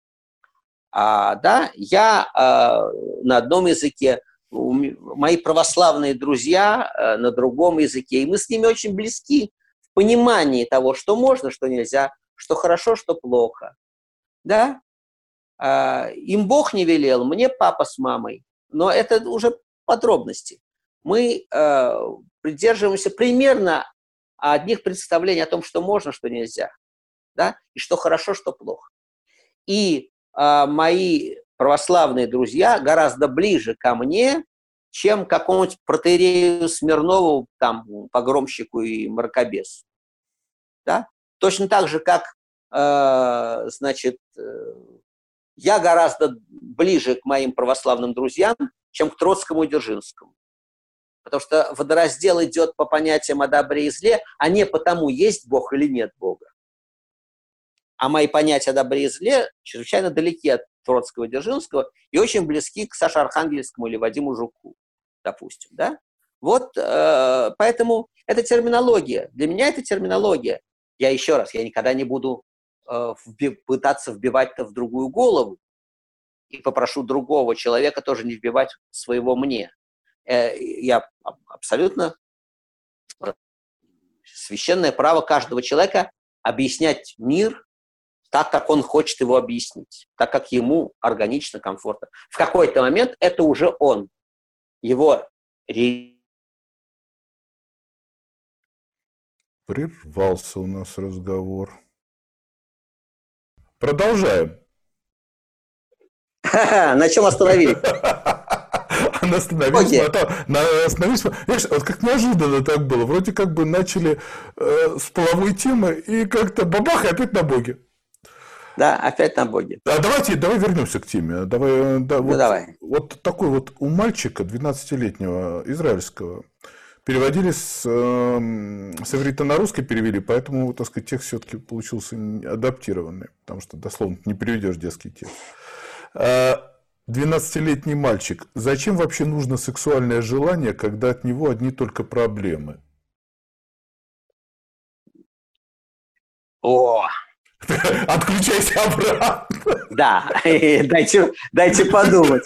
[SPEAKER 2] Да, я на одном языке, мои православные друзья на другом языке, и мы с ними очень близки в понимании того, что можно, что нельзя, что хорошо, что плохо. Да? Им Бог не велел, мне папа с мамой, но это уже подробности. Мы придерживаемся примерно одних представлений о том, что можно, что нельзя, да? И что хорошо, что плохо. И мои православные друзья гораздо ближе ко мне, чем к какому-нибудь протоиерею Смирнову, там, погромщику и мракобесу. Да? Точно так же, как, значит, я гораздо ближе к моим православным друзьям, чем к Троцкому и Дзержинскому. Потому что водораздел идет по понятиям о добре и зле, а не потому, есть Бог или нет Бога. А мои понятия о добре и зле чрезвычайно далеки от Троцкого и Дзержинского и очень близки к Саше Архангельскому или Вадиму Жуку, допустим. Да? Вот поэтому это терминология. Для меня это терминология. Я никогда не буду пытаться вбивать это в другую голову. И попрошу другого человека тоже не вбивать своего мне. Я абсолютно... Священное право каждого человека объяснять мир так, как он хочет его объяснить, так, как ему органично, комфортно. В какой-то момент это уже он. Его...
[SPEAKER 1] Прервался у нас разговор. Продолжаем.
[SPEAKER 2] На чем остановились?
[SPEAKER 1] Остановились. Видишь, вот как неожиданно так было. Вроде как бы начали с половой темы и как-то бабах, и опять на Боге.
[SPEAKER 2] Да, опять на Боге.
[SPEAKER 1] Давай вернемся к теме.
[SPEAKER 2] Давай.
[SPEAKER 1] Вот такой вот у мальчика 12-летнего израильского переводили с иврита на русский перевели, поэтому, так сказать, текст все-таки получился адаптированный, потому что дословно не переведешь детский текст. 12-летний мальчик. Зачем вообще нужно сексуальное желание, когда от него одни только проблемы?
[SPEAKER 2] О!
[SPEAKER 1] Отключайся обратно.
[SPEAKER 2] Да, дайте подумать.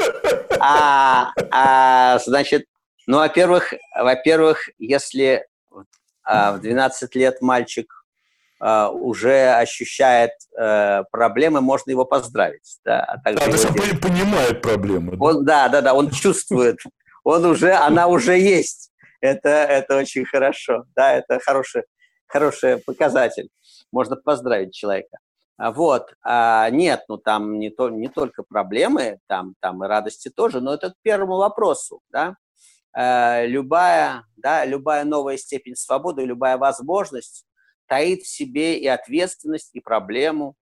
[SPEAKER 2] Значит, ну, во-первых, если в 12 лет мальчик уже ощущает проблемы, можно его поздравить. Да,
[SPEAKER 1] то есть он понимает проблемы.
[SPEAKER 2] Да, он чувствует. Она уже есть. Это очень хорошо. Да, это хороший показатель. Можно поздравить человека. Вот. Нет, ну там не только проблемы, там и радости тоже, но это к первому вопросу. Да? Любая новая степень свободы, любая возможность таит в себе и ответственность, и проблему.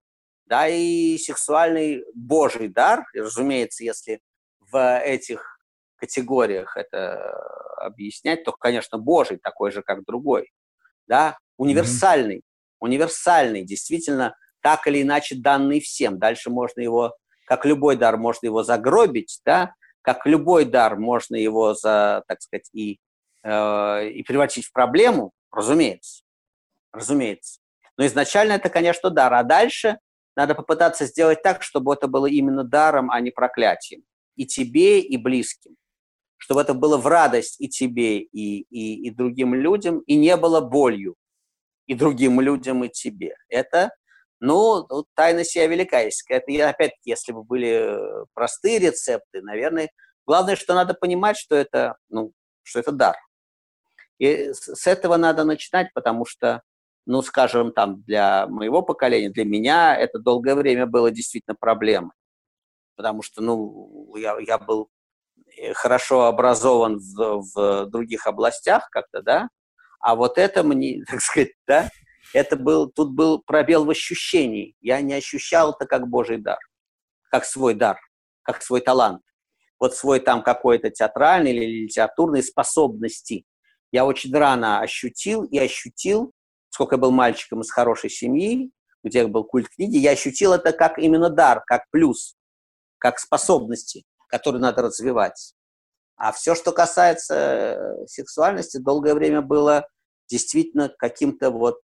[SPEAKER 2] да, и сексуальный Божий дар, и, разумеется, если в этих категориях это объяснять, то, конечно, Божий такой же, как другой, да, универсальный, действительно, так или иначе данный всем. Дальше можно его, как любой дар, можно его загробить, да, как любой дар можно его, так сказать, и превратить в проблему, разумеется. Но изначально это, конечно, дар. А дальше надо попытаться сделать так, чтобы это было именно даром, а не проклятием. И тебе, и близким. Чтобы это было в радость и тебе, и другим людям, и не было болью и другим людям, и тебе. Это, тайна сия велика. Это, опять-таки, если бы были простые рецепты, наверное, главное, что надо понимать, что это дар. И с этого надо начинать, потому что, скажем, там, для моего поколения, для меня это долгое время было действительно проблемой. Потому что, я был хорошо образован в других областях как-то, да, а вот это мне, так сказать, да, тут был пробел в ощущении. Я не ощущал это как Божий дар, как свой талант. Вот свой там какой-то театральный или литературные способности. Я очень рано ощутил, сколько я был мальчиком из хорошей семьи, где был культ книги, я ощутил это как именно дар, как плюс, как способности, которые надо развивать. А все, что касается сексуальности, долгое время было действительно каким-то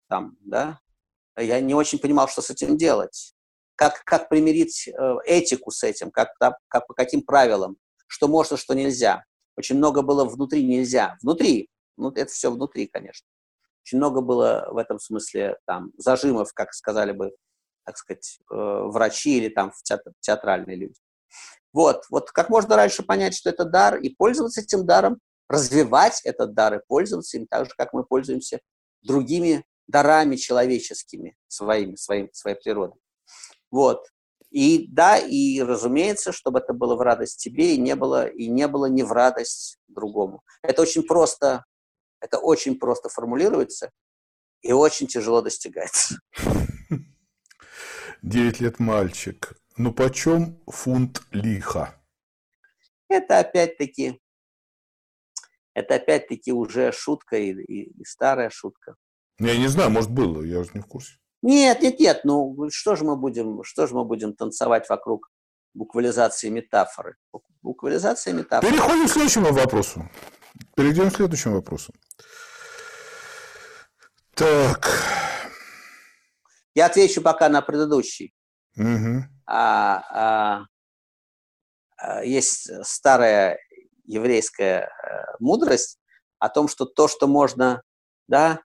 [SPEAKER 2] я не очень понимал, что с этим делать. Как примирить этику с этим, по каким правилам, что можно, что нельзя. Очень много было внутри нельзя. Внутри, это все внутри, конечно. Очень много было в этом смысле там зажимов, как сказали бы, так сказать, врачи или там театральные люди. Вот как можно раньше понять, что это дар, и пользоваться этим даром, развивать этот дар и пользоваться им так же, как мы пользуемся другими дарами человеческими своей природой. Вот. И да, и разумеется, чтобы это было в радость тебе, и не было не в радость другому. Это очень просто формулируется и очень тяжело достигается.
[SPEAKER 1] 9 лет мальчик. Почем фунт лиха?
[SPEAKER 2] Это опять-таки уже шутка и старая шутка.
[SPEAKER 1] Я не знаю, может, было, я уже не в курсе.
[SPEAKER 2] Нет, что же мы будем танцевать вокруг буквализации метафоры? Буквализация метафоры.
[SPEAKER 1] Переходим к следующему вопросу. Перейдем к следующему вопросу. Так.
[SPEAKER 2] Я отвечу пока на предыдущий.
[SPEAKER 1] Угу.
[SPEAKER 2] Есть старая еврейская мудрость о том, что то, что можно, да,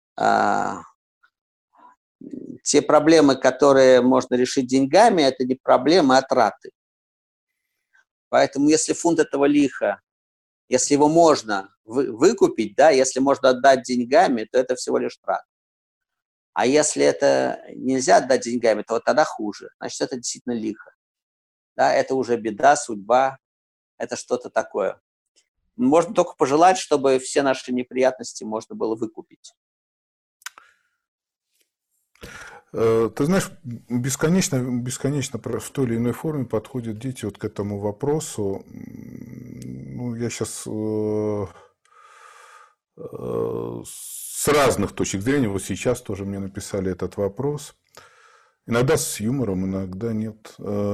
[SPEAKER 2] те проблемы, которые можно решить деньгами, это не проблемы, а траты. Поэтому если фунт этого лиха, если его можно выкупить, да, если можно отдать деньгами, то это всего лишь трата. А если это нельзя отдать деньгами, то вот тогда хуже. Значит, это действительно лихо. Да, это уже беда, судьба, это что-то такое. Можно только пожелать, чтобы все наши неприятности можно было выкупить.
[SPEAKER 1] Ты знаешь, бесконечно в той или иной форме подходят дети вот к этому вопросу. Я сейчас с разных точек зрения, вот сейчас тоже мне написали этот вопрос. Иногда с юмором, иногда нет.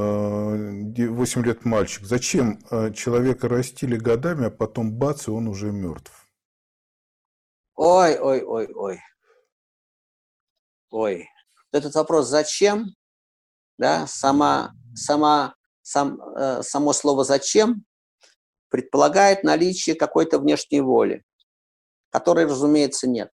[SPEAKER 1] 8 лет мальчик. Зачем человека растили годами, а потом бац, и он уже мертв?
[SPEAKER 2] Ой. Этот вопрос «зачем?» да, само слово «зачем» предполагает наличие какой-то внешней воли, которой, разумеется, нет.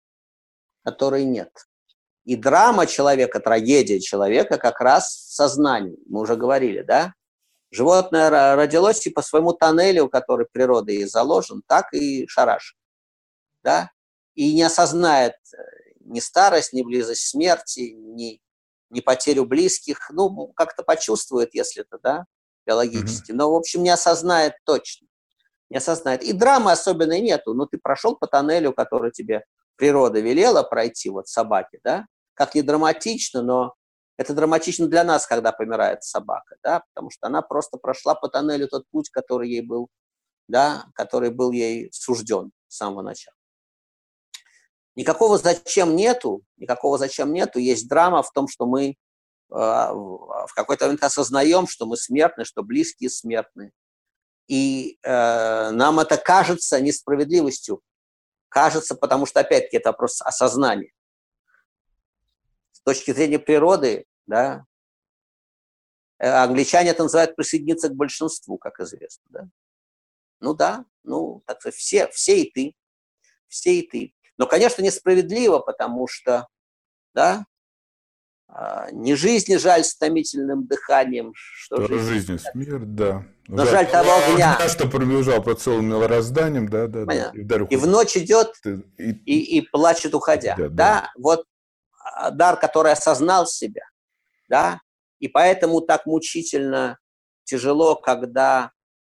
[SPEAKER 2] И драма человека, трагедия человека как раз в сознании. Мы уже говорили, да? Животное родилось и по своему тоннелю, который природой ей заложен, так и шарашит. Да? И не осознает ни старость, ни близость смерти, ни потерю близких. Как-то почувствует, если это, да, биологически. Но, в общем, не осознает точно. Не осознает. И драмы особенной нету. Ты прошел по тоннелю, который тебе природа велела пройти, вот собаке, да? Как не драматично, но Это драматично для нас, когда помирает собака, да, потому что она просто прошла по тоннелю тот путь, который ей был, да, который был ей сужден с самого начала. Никакого зачем нету, есть драма в том, что мы в какой-то момент осознаем, что мы смертны, что близкие смертны. И нам это кажется несправедливостью. Кажется, потому что, опять-таки, это вопрос осознания. С точки зрения природы, да, англичане это называют присоединиться к большинству, как известно. Да? Ну да, так сказать, все и ты. Все и ты. Но, конечно, несправедливо, потому что, да, не жизни жаль с томительным дыханием,
[SPEAKER 1] что жизнь и смерть, да.
[SPEAKER 2] Но жаль того огня,
[SPEAKER 1] что пробежал по целым мирозданием, да.
[SPEAKER 2] И в ночь идет и плачет, уходя. Да. Вот дар, который осознал себя, да, и поэтому так мучительно тяжело, когда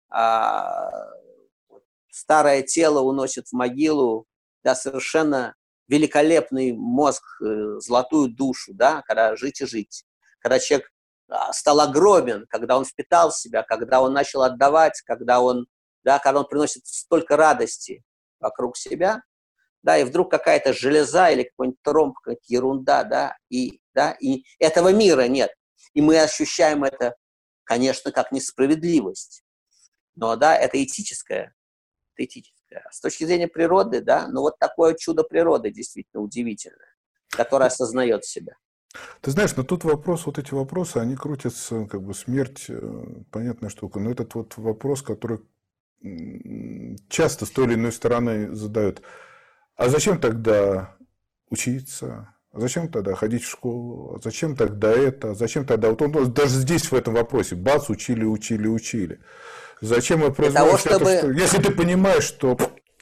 [SPEAKER 2] старое тело уносит в могилу, да, совершенно великолепный мозг, золотую душу, да, когда жить и жить. Когда человек стал огромен, когда он впитал себя, когда он начал отдавать, когда он приносит столько радости вокруг себя, да, и вдруг какая-то железа или какой-нибудь тромб, какая-то ерунда, да, и этого мира нет. И мы ощущаем это, конечно, как несправедливость. Но, да, это этическое. С точки зрения природы, да, вот такое чудо природы действительно удивительное, которое осознает себя.
[SPEAKER 1] Ты знаешь, но тут эти вопросы, они крутятся, как бы смерть, понятная штука, но этот вот вопрос, который часто с той или иной стороны задают, а зачем тогда учиться? А зачем тогда ходить в школу? А зачем тогда это? А зачем тогда... Вот он даже здесь, в этом вопросе, бац, учили. Зачем мы производим это, что... Если ты понимаешь, что...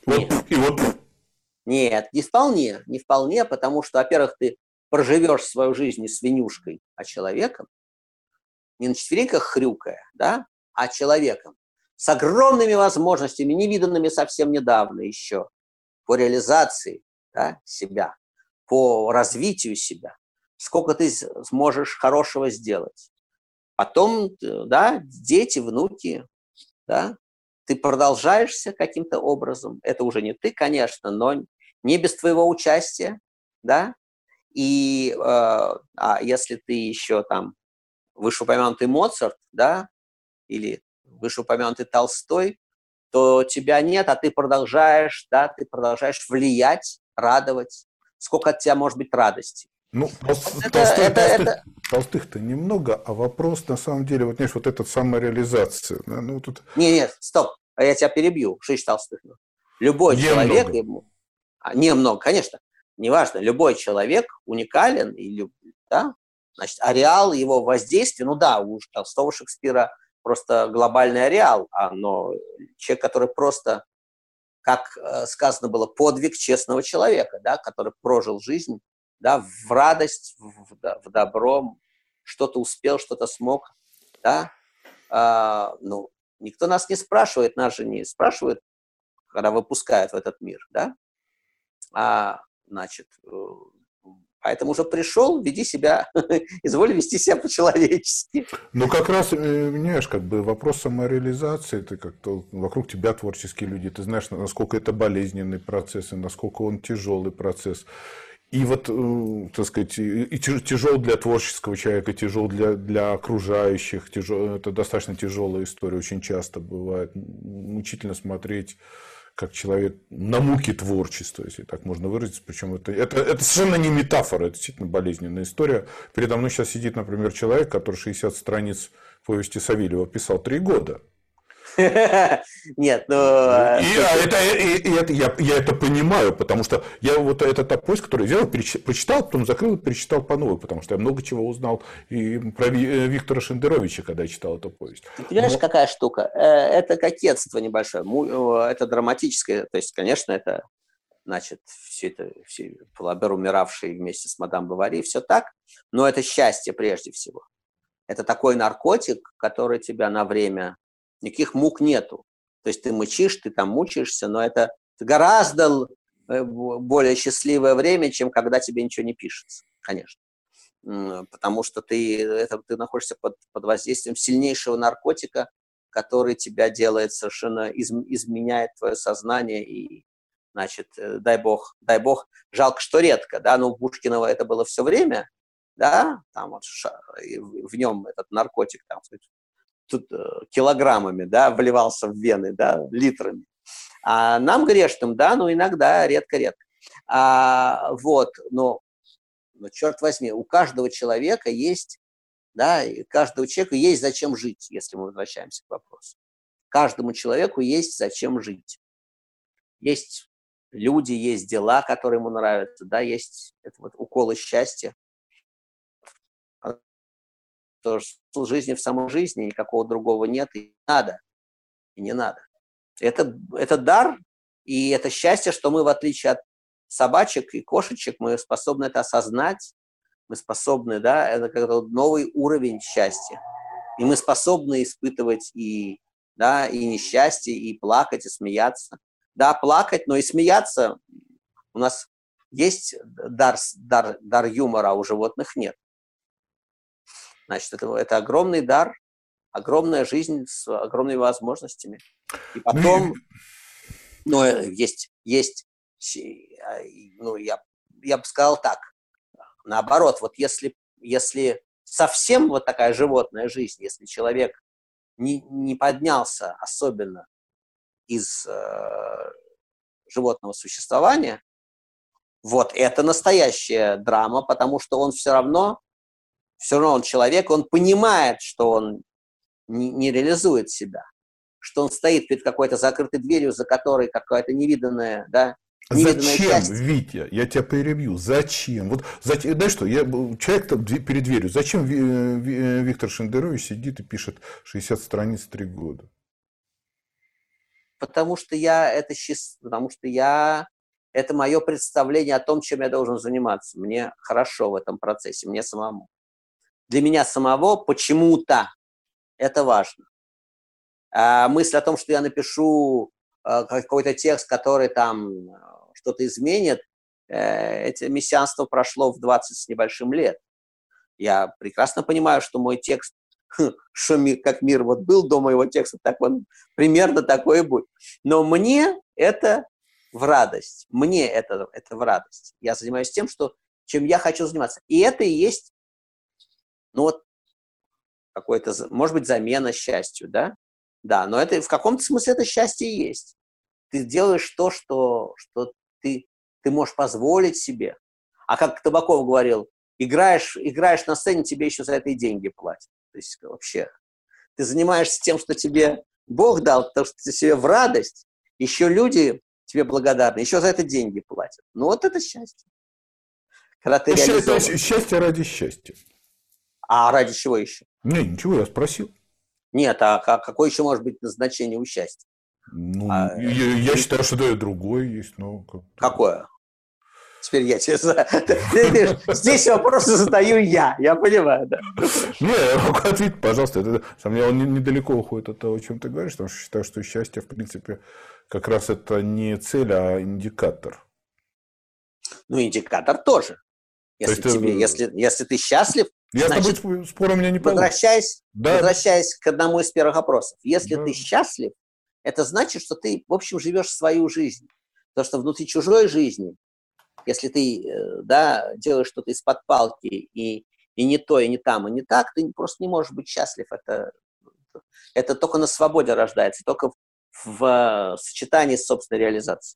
[SPEAKER 2] Нет, не вполне, потому что, во-первых, ты проживешь свою жизнь не свинюшкой, а человеком, не на четвереньках хрюкая, да, а человеком, с огромными возможностями, невиданными совсем недавно еще, по реализации, да, себя, по развитию себя, сколько ты сможешь хорошего сделать. Потом, да, дети, внуки, да, ты продолжаешься каким-то образом. Это уже не ты, конечно, но не без твоего участия, да. И если ты еще там вышеупомянутый Моцарт, да, или вышеупомянутый Толстой, то тебя нет, а ты продолжаешь влиять, радовать. Сколько от тебя может быть радости?
[SPEAKER 1] Толстых-то немного, а вопрос на самом деле, вот, знаешь, вот эта самореализация. Да, тут...
[SPEAKER 2] Нет, стоп, я тебя перебью. Что еще Толстых? Любой человек... Немного, конечно. Неважно, любой человек уникален, да, значит, ареал его воздействия, у Толстого, Шекспира просто глобальный ареал, но человек, который просто, как сказано было, подвиг честного человека, да, который прожил жизнь, да, в радость, в добро, что-то успел, что-то смог, да, никто нас не спрашивает, нас же не спрашивают, когда выпускают в этот мир, да, поэтому уже пришел, веди себя, изволь вести себя по-человечески.
[SPEAKER 1] Как раз, понимаешь, как бы вопрос самореализации, ты как-то вокруг тебя творческие люди, ты знаешь, насколько это болезненный процесс, и насколько он тяжелый процесс. И так сказать, и тяжел для творческого человека, тяжел для окружающих, это достаточно тяжелая история, очень часто бывает. Мучительно смотреть, как человек на муки творчества, если так можно выразиться. Причем это совершенно не метафора, это действительно болезненная история. Передо мной сейчас сидит, например, человек, который 60 страниц повести Савельева писал 3 года.
[SPEAKER 2] Нет,
[SPEAKER 1] я это понимаю, потому что я этот поиск, который взял, прочитал, потом закрыл и перечитал по новой, потому что я много чего узнал и про Виктора Шендеровича, когда я читал эту повесть.
[SPEAKER 2] Ты понимаешь, какая штука? Это кокетство небольшое, это драматическое, то есть, конечно, это, значит, все Флабер, умиравший вместе с мадам Бовари, все так, но это счастье прежде всего. Это такой наркотик, который тебя на время... Никаких мук нету. То есть ты мычишь, ты там мучаешься, но это гораздо более счастливое время, чем когда тебе ничего не пишется, конечно. потому что ты находишься под воздействием сильнейшего наркотика, который тебя делает совершенно, изменяет твое сознание, и, значит, дай бог, жалко, что редко, да, но у Пушкина это было все время, да, там вот в нем этот наркотик там тут килограммами, да, вливался в вены, да, литрами. А нам грешным, да, ну иногда, редко-редко. Вот, но черт возьми, у каждого человека есть, да, и каждому человеку есть зачем жить, если мы возвращаемся к вопросу. Каждому человеку есть зачем жить. Есть люди, есть дела, которые ему нравятся, да, есть это вот уколы счастья. Потому что смысл жизни в самой жизни, никакого другого нет и не надо. И не надо. Это дар, и это счастье, что мы, в отличие от собачек и кошечек, мы способны это осознать, мы способны, да, это как-то новый уровень счастья. И мы способны испытывать и несчастье, и плакать, и смеяться. Да, плакать, но и смеяться. У нас есть дар юмора, а у животных нет. Значит, это огромный дар, огромная жизнь с огромными возможностями. И потом, есть, я бы сказал так, наоборот, вот если совсем вот такая животная жизнь, если человек не поднялся особенно из животного существования, вот это настоящая драма, потому что он все равно он человек, он понимает, что он не реализует себя, что он стоит перед какой-то закрытой дверью, за которой какая-то невиданная, да, невиданное счастье.
[SPEAKER 1] Витя, я тебя перебью, зачем? Вот, знаешь что, человек там перед дверью, зачем Виктор Шендерович сидит и пишет 60 страниц 3 года?
[SPEAKER 2] Потому что это мое представление о том, чем я должен заниматься. Мне хорошо в этом процессе, мне самому. Для меня самого почему-то это важно. А мысль о том, что я напишу какой-то текст, который там что-то изменит, это мессианство прошло в 20 с небольшим лет. Я прекрасно понимаю, что мой текст, как мир вот был до моего текста, так он примерно такой и будет. Но мне это в радость. Мне это в радость. Я занимаюсь тем, чем я хочу заниматься. И это и есть, какой-то, может быть, замена счастью, да? Да, но это в каком-то смысле это счастье и есть. Ты делаешь то, что ты можешь позволить себе. А как Табаков говорил, играешь на сцене, тебе еще за это и деньги платят. То есть вообще ты занимаешься тем, что тебе Бог дал, потому что ты себе в радость, еще люди тебе благодарны, еще за это деньги платят. Ну вот это счастье. Когда ты реализован.
[SPEAKER 1] Счастье ради счастья.
[SPEAKER 2] А ради чего еще?
[SPEAKER 1] Ничего, я спросил.
[SPEAKER 2] Нет, а какое еще может быть назначение у счастья?
[SPEAKER 1] Я считаю, что да, другое есть, но...
[SPEAKER 2] Какое? Теперь я тебе знаю. Здесь вопросы задаю я понимаю, да.
[SPEAKER 1] Ответь, пожалуйста. Он недалеко уходит от того, о чем ты говоришь, потому что считаю, что счастье, в принципе, как раз это не цель, а индикатор.
[SPEAKER 2] Индикатор тоже. Если ты счастлив,
[SPEAKER 1] значит, спор у меня не
[SPEAKER 2] возвращаясь к одному из первых опросов. Если ты счастлив, это значит, что ты, в общем, живешь свою жизнь. Потому что внутри чужой жизни, если ты делаешь что-то из-под палки и не то, и не там, и не так, ты просто не можешь быть счастлив. Это только на свободе рождается, только в сочетании с собственной реализацией.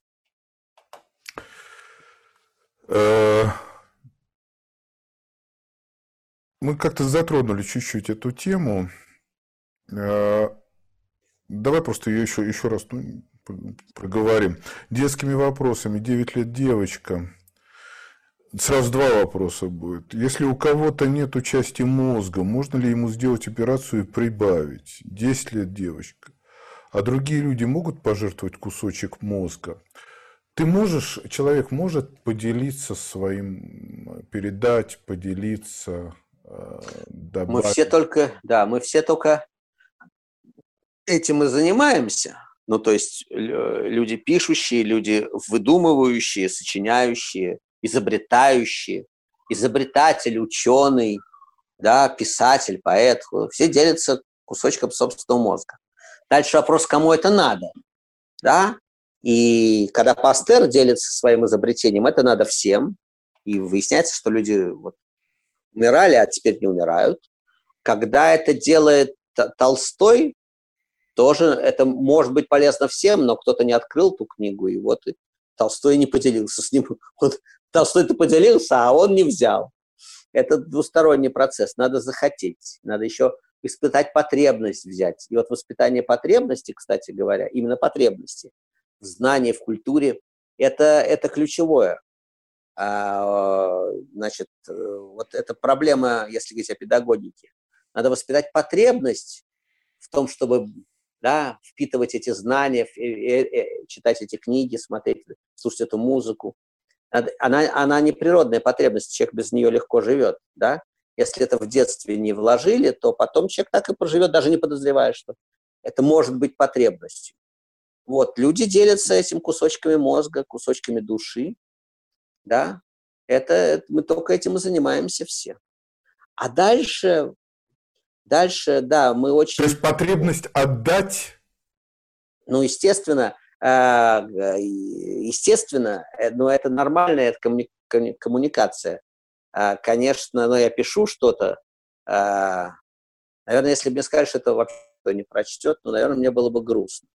[SPEAKER 1] Мы как-то затронули чуть-чуть эту тему. Давай просто ее еще раз проговорим. Детскими вопросами. 9 лет девочка. Сразу 2 вопроса будет. Если у кого-то нет части мозга, можно ли ему сделать операцию и прибавить? 10 лет девочка. А другие люди могут пожертвовать кусочек мозга? Человек может поделиться своим, передать, поделиться, добавить?
[SPEAKER 2] Мы все только этим и занимаемся. То есть люди пишущие, люди выдумывающие, сочиняющие, изобретающие. изобретатель, ученый, да, писатель, поэт, все делятся кусочком собственного мозга. Дальше вопрос, кому это надо, да? И когда Пастер делится своим изобретением, это надо всем, и выясняется, что люди вот умирали, а теперь не умирают. Когда это делает Толстой, тоже это может быть полезно всем, но кто-то не открыл ту книгу, и вот Толстой не поделился с ним. Толстой-то поделился, а он не взял. Это двусторонний процесс. Надо захотеть, надо еще испытать потребность взять. И вот воспитание потребности, кстати говоря, именно потребности в знании, в культуре, это ключевое. Значит, вот эта проблема, если говорить о педагогике. Надо воспитать потребность в том, чтобы, да, впитывать эти знания, читать эти книги, смотреть, слушать эту музыку. Она не природная потребность, человек без нее легко живет, да. Если это в детстве не вложили, то потом человек так и проживет, даже не подозревая, что это может быть потребностью. Вот, люди делятся этим кусочками мозга, кусочками души, да. Мы только этим и занимаемся все. А дальше, да, мы очень...
[SPEAKER 1] То есть потребность отдать?
[SPEAKER 2] Ну, естественно, но это нормальная коммуникация. Конечно, но я пишу что-то, наверное, если мне скажешь, что это вообще никто не прочтет, ну, наверное, мне было бы грустно.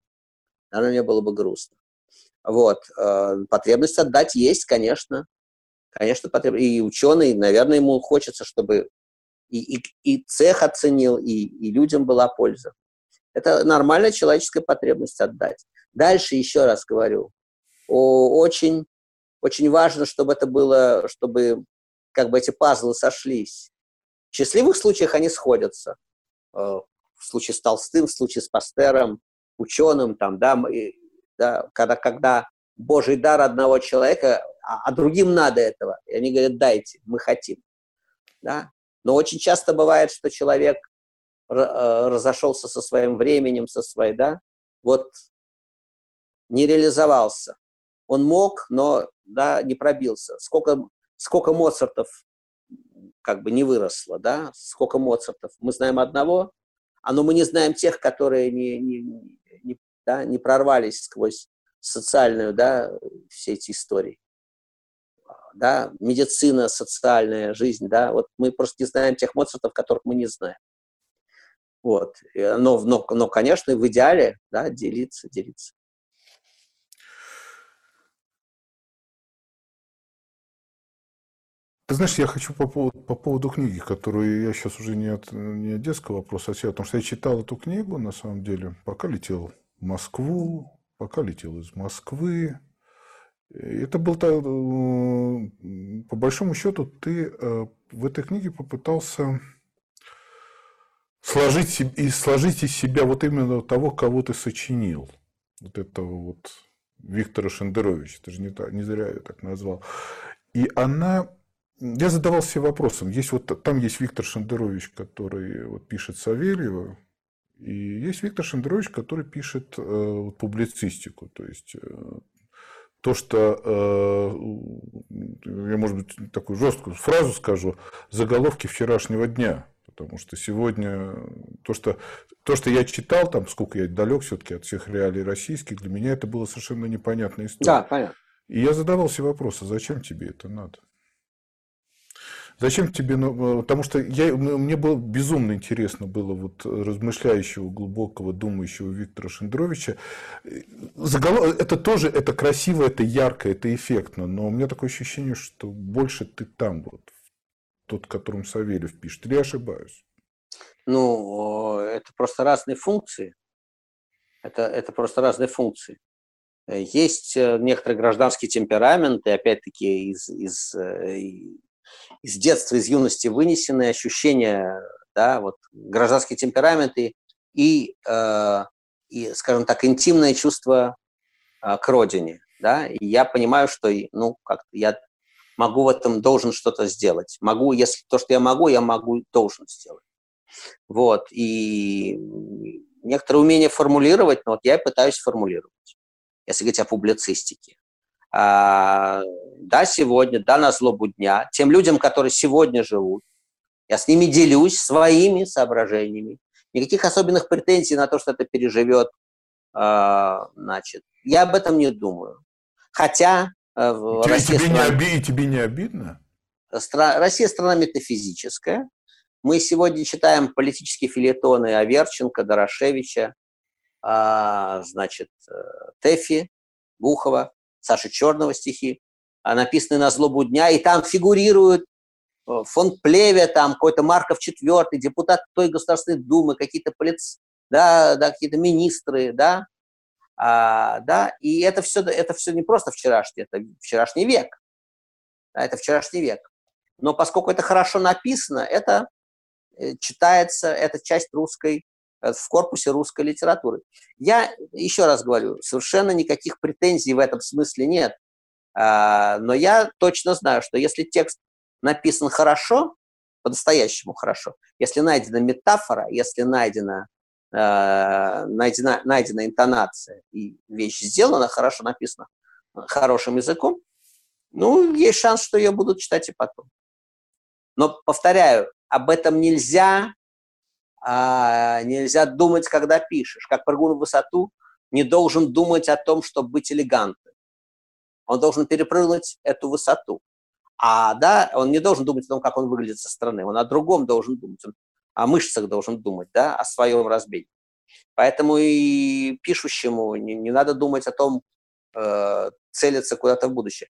[SPEAKER 2] Вот. Потребность отдать есть, конечно. Конечно, потребность. И ученый, наверное, ему хочется, чтобы и цех оценил, и людям была польза. Это нормальная человеческая потребность отдать. Дальше, еще раз говорю, очень, очень важно, чтобы это было, чтобы как бы эти пазлы сошлись. В счастливых случаях они сходятся. В случае с Толстым, в случае с Пастером, ученым, там, да, когда Божий дар одного человека, а другим надо этого. И они говорят, дайте, мы хотим. Да? Но очень часто бывает, что человек разошелся со своим временем, со своей, да, вот не реализовался. Он мог, но, да, не пробился. Сколько Моцартов как бы не выросло, да, сколько Моцартов. Мы знаем одного, но мы не знаем тех, которые не прорвались сквозь социальную, да, все эти истории. Да, медицина, социальная жизнь, да, вот мы просто не знаем тех Моцартов, которых мы не знаем. Вот. Но, конечно, в идеале, да, делиться.
[SPEAKER 1] Ты знаешь, я хочу по поводу книги, которую я сейчас уже не от детского вопроса, а потому что я читал эту книгу, на самом деле, пока летел в Москву, пока летел из Москвы. Это был, по большому счету, ты в этой книге попытался сложить из себя вот именно того, кого ты сочинил. Вот этого вот Виктора Шендеровича, ты же не зря ее так назвал. И я задавался себе вопросом. Там есть Виктор Шендерович, который вот пишет Савельева, и есть Виктор Шендерович, который пишет публицистику. То есть то, что я, может быть, такую жесткую фразу скажу, заголовки вчерашнего дня. Потому что сегодня то, что я читал, там, сколько я далек все-таки от всех реалий российских, для меня это было совершенно непонятная история.
[SPEAKER 2] Да, понятно.
[SPEAKER 1] И я задавался вопросом, зачем тебе это надо? Зачем тебе? Потому что мне было безумно интересно было вот размышляющего, глубокого, думающего Виктора Шендеровича. Это тоже, это красиво, это ярко, это эффектно, но у меня такое ощущение, что больше ты там, вот, тот, которым Савельев пишет. Или я ошибаюсь?
[SPEAKER 2] Ну, это просто разные функции. Это просто разные функции. Есть некоторый гражданский темперамент, и опять-таки из детства, из юности вынесенные ощущения, да, вот гражданский темперамент и, скажем так, интимное чувство к родине, да, и я понимаю, что, ну, как-то я могу в этом, должен что-то сделать. Могу, если то, что я могу, должен сделать. Вот, и некоторое умение формулировать, но вот я пытаюсь формулировать, если говорить о публицистике. Да, сегодня, да, на злобу дня, тем людям, которые сегодня живут. Я с ними делюсь своими соображениями. Никаких особенных претензий на то, что это переживет, значит, я об этом не думаю. Хотя Россия
[SPEAKER 1] тебе не обидно?
[SPEAKER 2] Россия страна метафизическая. Мы сегодня читаем политические фельетоны Аверченко, Дорошевича, значит, Тэфи, Бухова, Саши Черного стихи, написанные на злобу дня, и там фигурируют фон Плеве, там какой-то Марков IV, депутат той Государственной Думы, какие-то какие-то министры, да, и это все не просто вчерашний, это вчерашний век, да, это вчерашний век. Но поскольку это хорошо написано, это читается, это часть в корпусе русской литературы. Я еще раз говорю, совершенно никаких претензий в этом смысле нет, но я точно знаю, что если текст написан хорошо, по-настоящему хорошо, если найдена метафора, если найдена интонация, и вещь сделана, хорошо написана, хорошим языком, ну, есть шанс, что ее будут читать и потом. Но, повторяю, об этом нельзя думать, когда пишешь. Как прыгун в высоту не должен думать о том, чтобы быть элегантным. Он должен перепрыгнуть эту высоту. Он не должен думать о том, как он выглядит со стороны. Он о другом должен думать. Он о мышцах должен думать, да, о своем разбеге. Поэтому и пишущему не надо думать о том, целиться куда-то в будущее.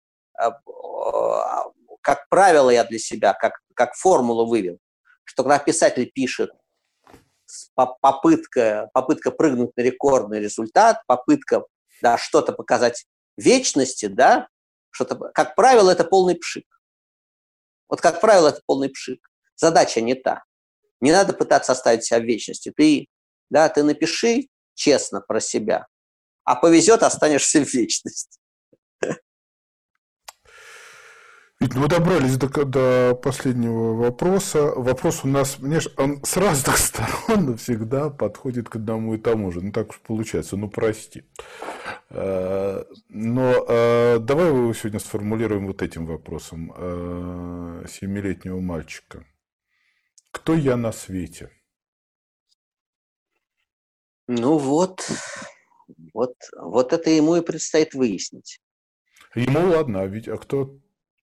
[SPEAKER 2] Как правило, я для себя, как формулу вывел, что когда писатель пишет попытка прыгнуть на рекордный результат, попытка, да, что-то показать вечности, да, как правило, это полный пшик. Вот как правило, это полный пшик. Задача не та. Не надо пытаться оставить себя в вечности. Ты напиши честно про себя, а повезет, останешься в вечности.
[SPEAKER 1] Ведь мы добрались до последнего вопроса. Вопрос у нас, он с разных сторон всегда подходит к одному и тому же. Ну, так уж получается, прости. Но давай его сегодня сформулируем вот этим вопросом 7-летнего мальчика. Кто я на свете?
[SPEAKER 2] Ну вот это ему и предстоит выяснить.
[SPEAKER 1] Ему ладно, а кто...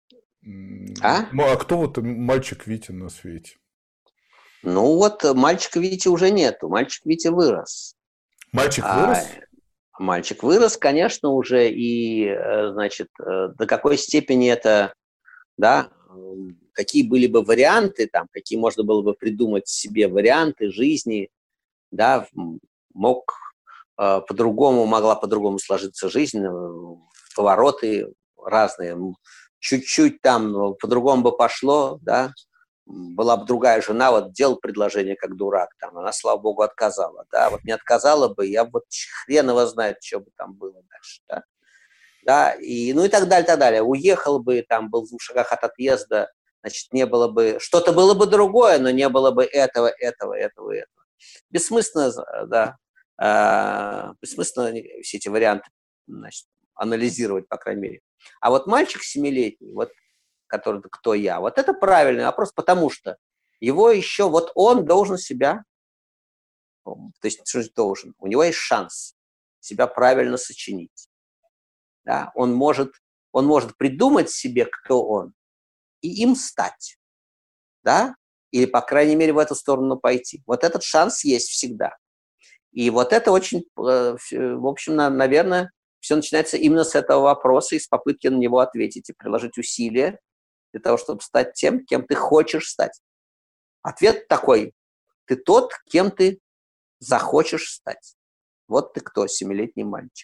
[SPEAKER 1] кто вот мальчик Витя на свете?
[SPEAKER 2] Ну вот мальчика Вити уже нету, мальчик Витя вырос.
[SPEAKER 1] Мальчик вырос?
[SPEAKER 2] Мальчик вырос, конечно, уже, и, значит, до какой степени это, да, какие были бы варианты, там, какие можно было бы придумать себе варианты жизни, да, могла по-другому сложиться жизнь, повороты разные, чуть-чуть там по-другому бы пошло, да, была бы другая жена, вот делал предложение как дурак, там, она, слава богу, отказала, да, вот не отказала бы, я вот хрен его знает, что бы там было дальше, да, да, и так далее, так далее, уехал бы, там, был в 2 шагах от отъезда, значит, не было бы, что-то было бы другое, но не было бы этого. Бессмысленно, да, бессмысленно все эти варианты, значит, анализировать, по крайней мере. А вот мальчик 7-летний, вот, который кто я, вот это правильный вопрос, потому что его еще, вот он должен себя, то есть что же должен, у него есть шанс себя правильно сочинить. Да? Он может придумать себе, кто он, и им стать. Да? Или, по крайней мере, в эту сторону пойти. Вот этот шанс есть всегда. И вот это очень, в общем, наверное, все начинается именно с этого вопроса и с попытки на него ответить и приложить усилия для того, чтобы стать тем, кем ты хочешь стать. Ответ такой: ты тот, кем ты захочешь стать. Вот ты кто, 7-летний мальчик.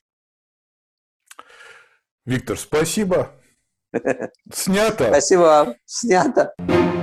[SPEAKER 1] Виктор, спасибо. Снято.
[SPEAKER 2] Спасибо вам. Снято.